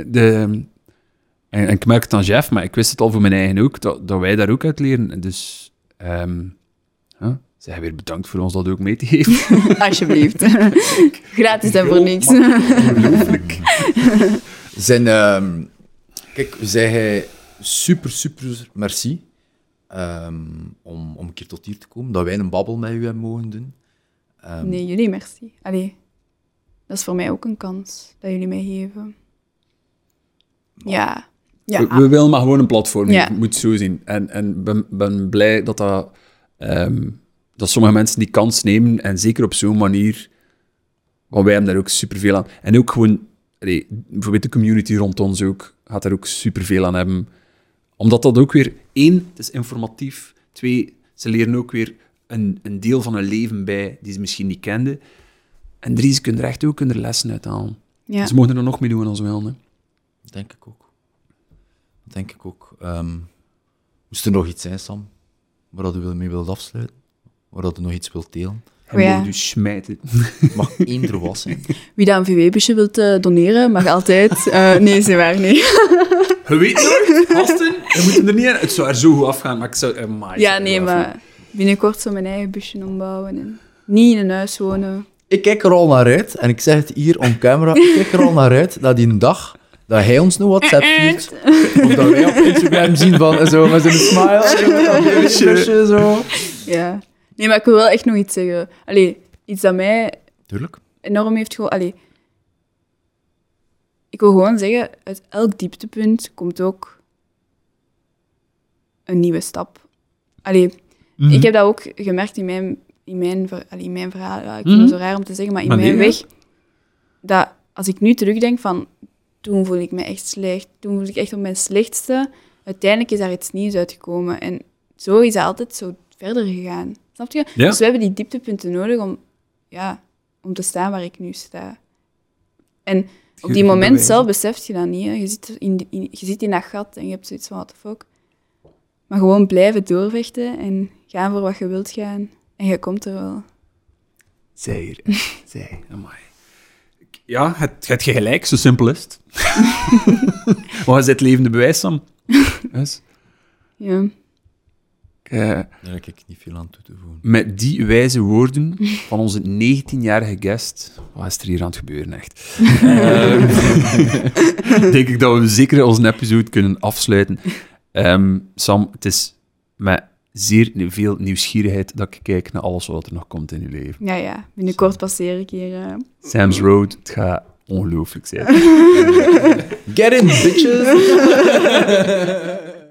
En ik merk het aan Jeff, maar ik wist het al voor mijn eigen ook, dat wij daar ook uit leren. Dus, zeg weer bedankt voor ons dat ook mee te geven. alsjeblieft. Gratis en voor niks. Ongelooflijk. kijk, zei hij super merci om een keer tot hier te komen, dat wij een babbel met u hebben mogen doen. Nee, jullie merci. Allee, dat is voor mij ook een kans dat jullie mij geven. Ja. We willen maar gewoon een platform, Ja. je moet het zo zien. En ben blij dat sommige mensen die kans nemen, en zeker op zo'n manier, want wij hebben daar ook superveel aan. En ook gewoon, bijvoorbeeld de community rond ons ook, gaat daar ook superveel aan hebben. Omdat dat ook weer, 1, het is informatief, 2, ze leren ook weer een deel van hun leven bij die ze misschien niet kenden. En 3, ze kunnen er echt ook lessen uithalen. Ja. Ze mogen er nog mee doen als ze willen. Hè. Denk ik ook. Moest er nog iets zijn, Sam, waar dat u mee wilt afsluiten? Waar dat u nog iets wilt delen? En Ja. mogen dus smijten. Mag eender was zijn. Wie dat een VW-busje wilt doneren, mag altijd. Nee, is niet waar, nee. Je weet nooit, gasten, we moeten er niet in. Het zou er zo goed afgaan, maar ik zou... Ja, nee, maar binnenkort zo mijn eigen busje ombouwen en niet in een huis wonen. Ik kijk er al naar uit, en ik zeg het hier on camera, ik kijk er al naar uit dat die dag dat hij ons een WhatsApp stuurt, of dat wij op Instagram zien van zo, met zo'n smile, zo, met dat busje, zo. Ja. Nee, maar ik wil wel echt nog iets zeggen. Allee, iets dat mij Tuurlijk. enorm heeft geholpen. Allee, ik wil gewoon zeggen, uit elk dieptepunt komt ook een nieuwe stap. Allee, ik heb dat ook gemerkt in mijn verhaal. Ja, ik vind het zo raar om te zeggen, maar in Maar mijn nee, weg, dat als ik nu terugdenk van, toen voelde ik me echt slecht, toen voelde ik echt op mijn slechtste. Uiteindelijk is daar iets nieuws uitgekomen. En zo is het altijd zo verder gegaan. Snap je? Ja. Dus we hebben die dieptepunten nodig om te staan waar ik nu sta. En op die moment zelf besef je dat niet. Hè. Je zit in dat gat en je hebt zoiets van, what the fuck. Maar gewoon blijven doorvechten en gaan voor wat je wilt gaan. En je komt er wel. Zij hier. Zij. Amai. Ja, het gelijk, zo simpel is het. Maar je zit levende bewijs, Sam. Dus, Ja. Daar heb ik niet veel aan toe te voegen. met die wijze woorden van onze 19-jarige guest... Wat is er hier aan het gebeuren, echt? Denk ik dat we zeker onze episode kunnen afsluiten. Sam, het is met zeer veel nieuwsgierigheid dat ik kijk naar alles wat er nog komt in je leven. Ja. Binnenkort passeer ik hier. Sam's Road, het gaat ongelooflijk zijn. Get in, bitches!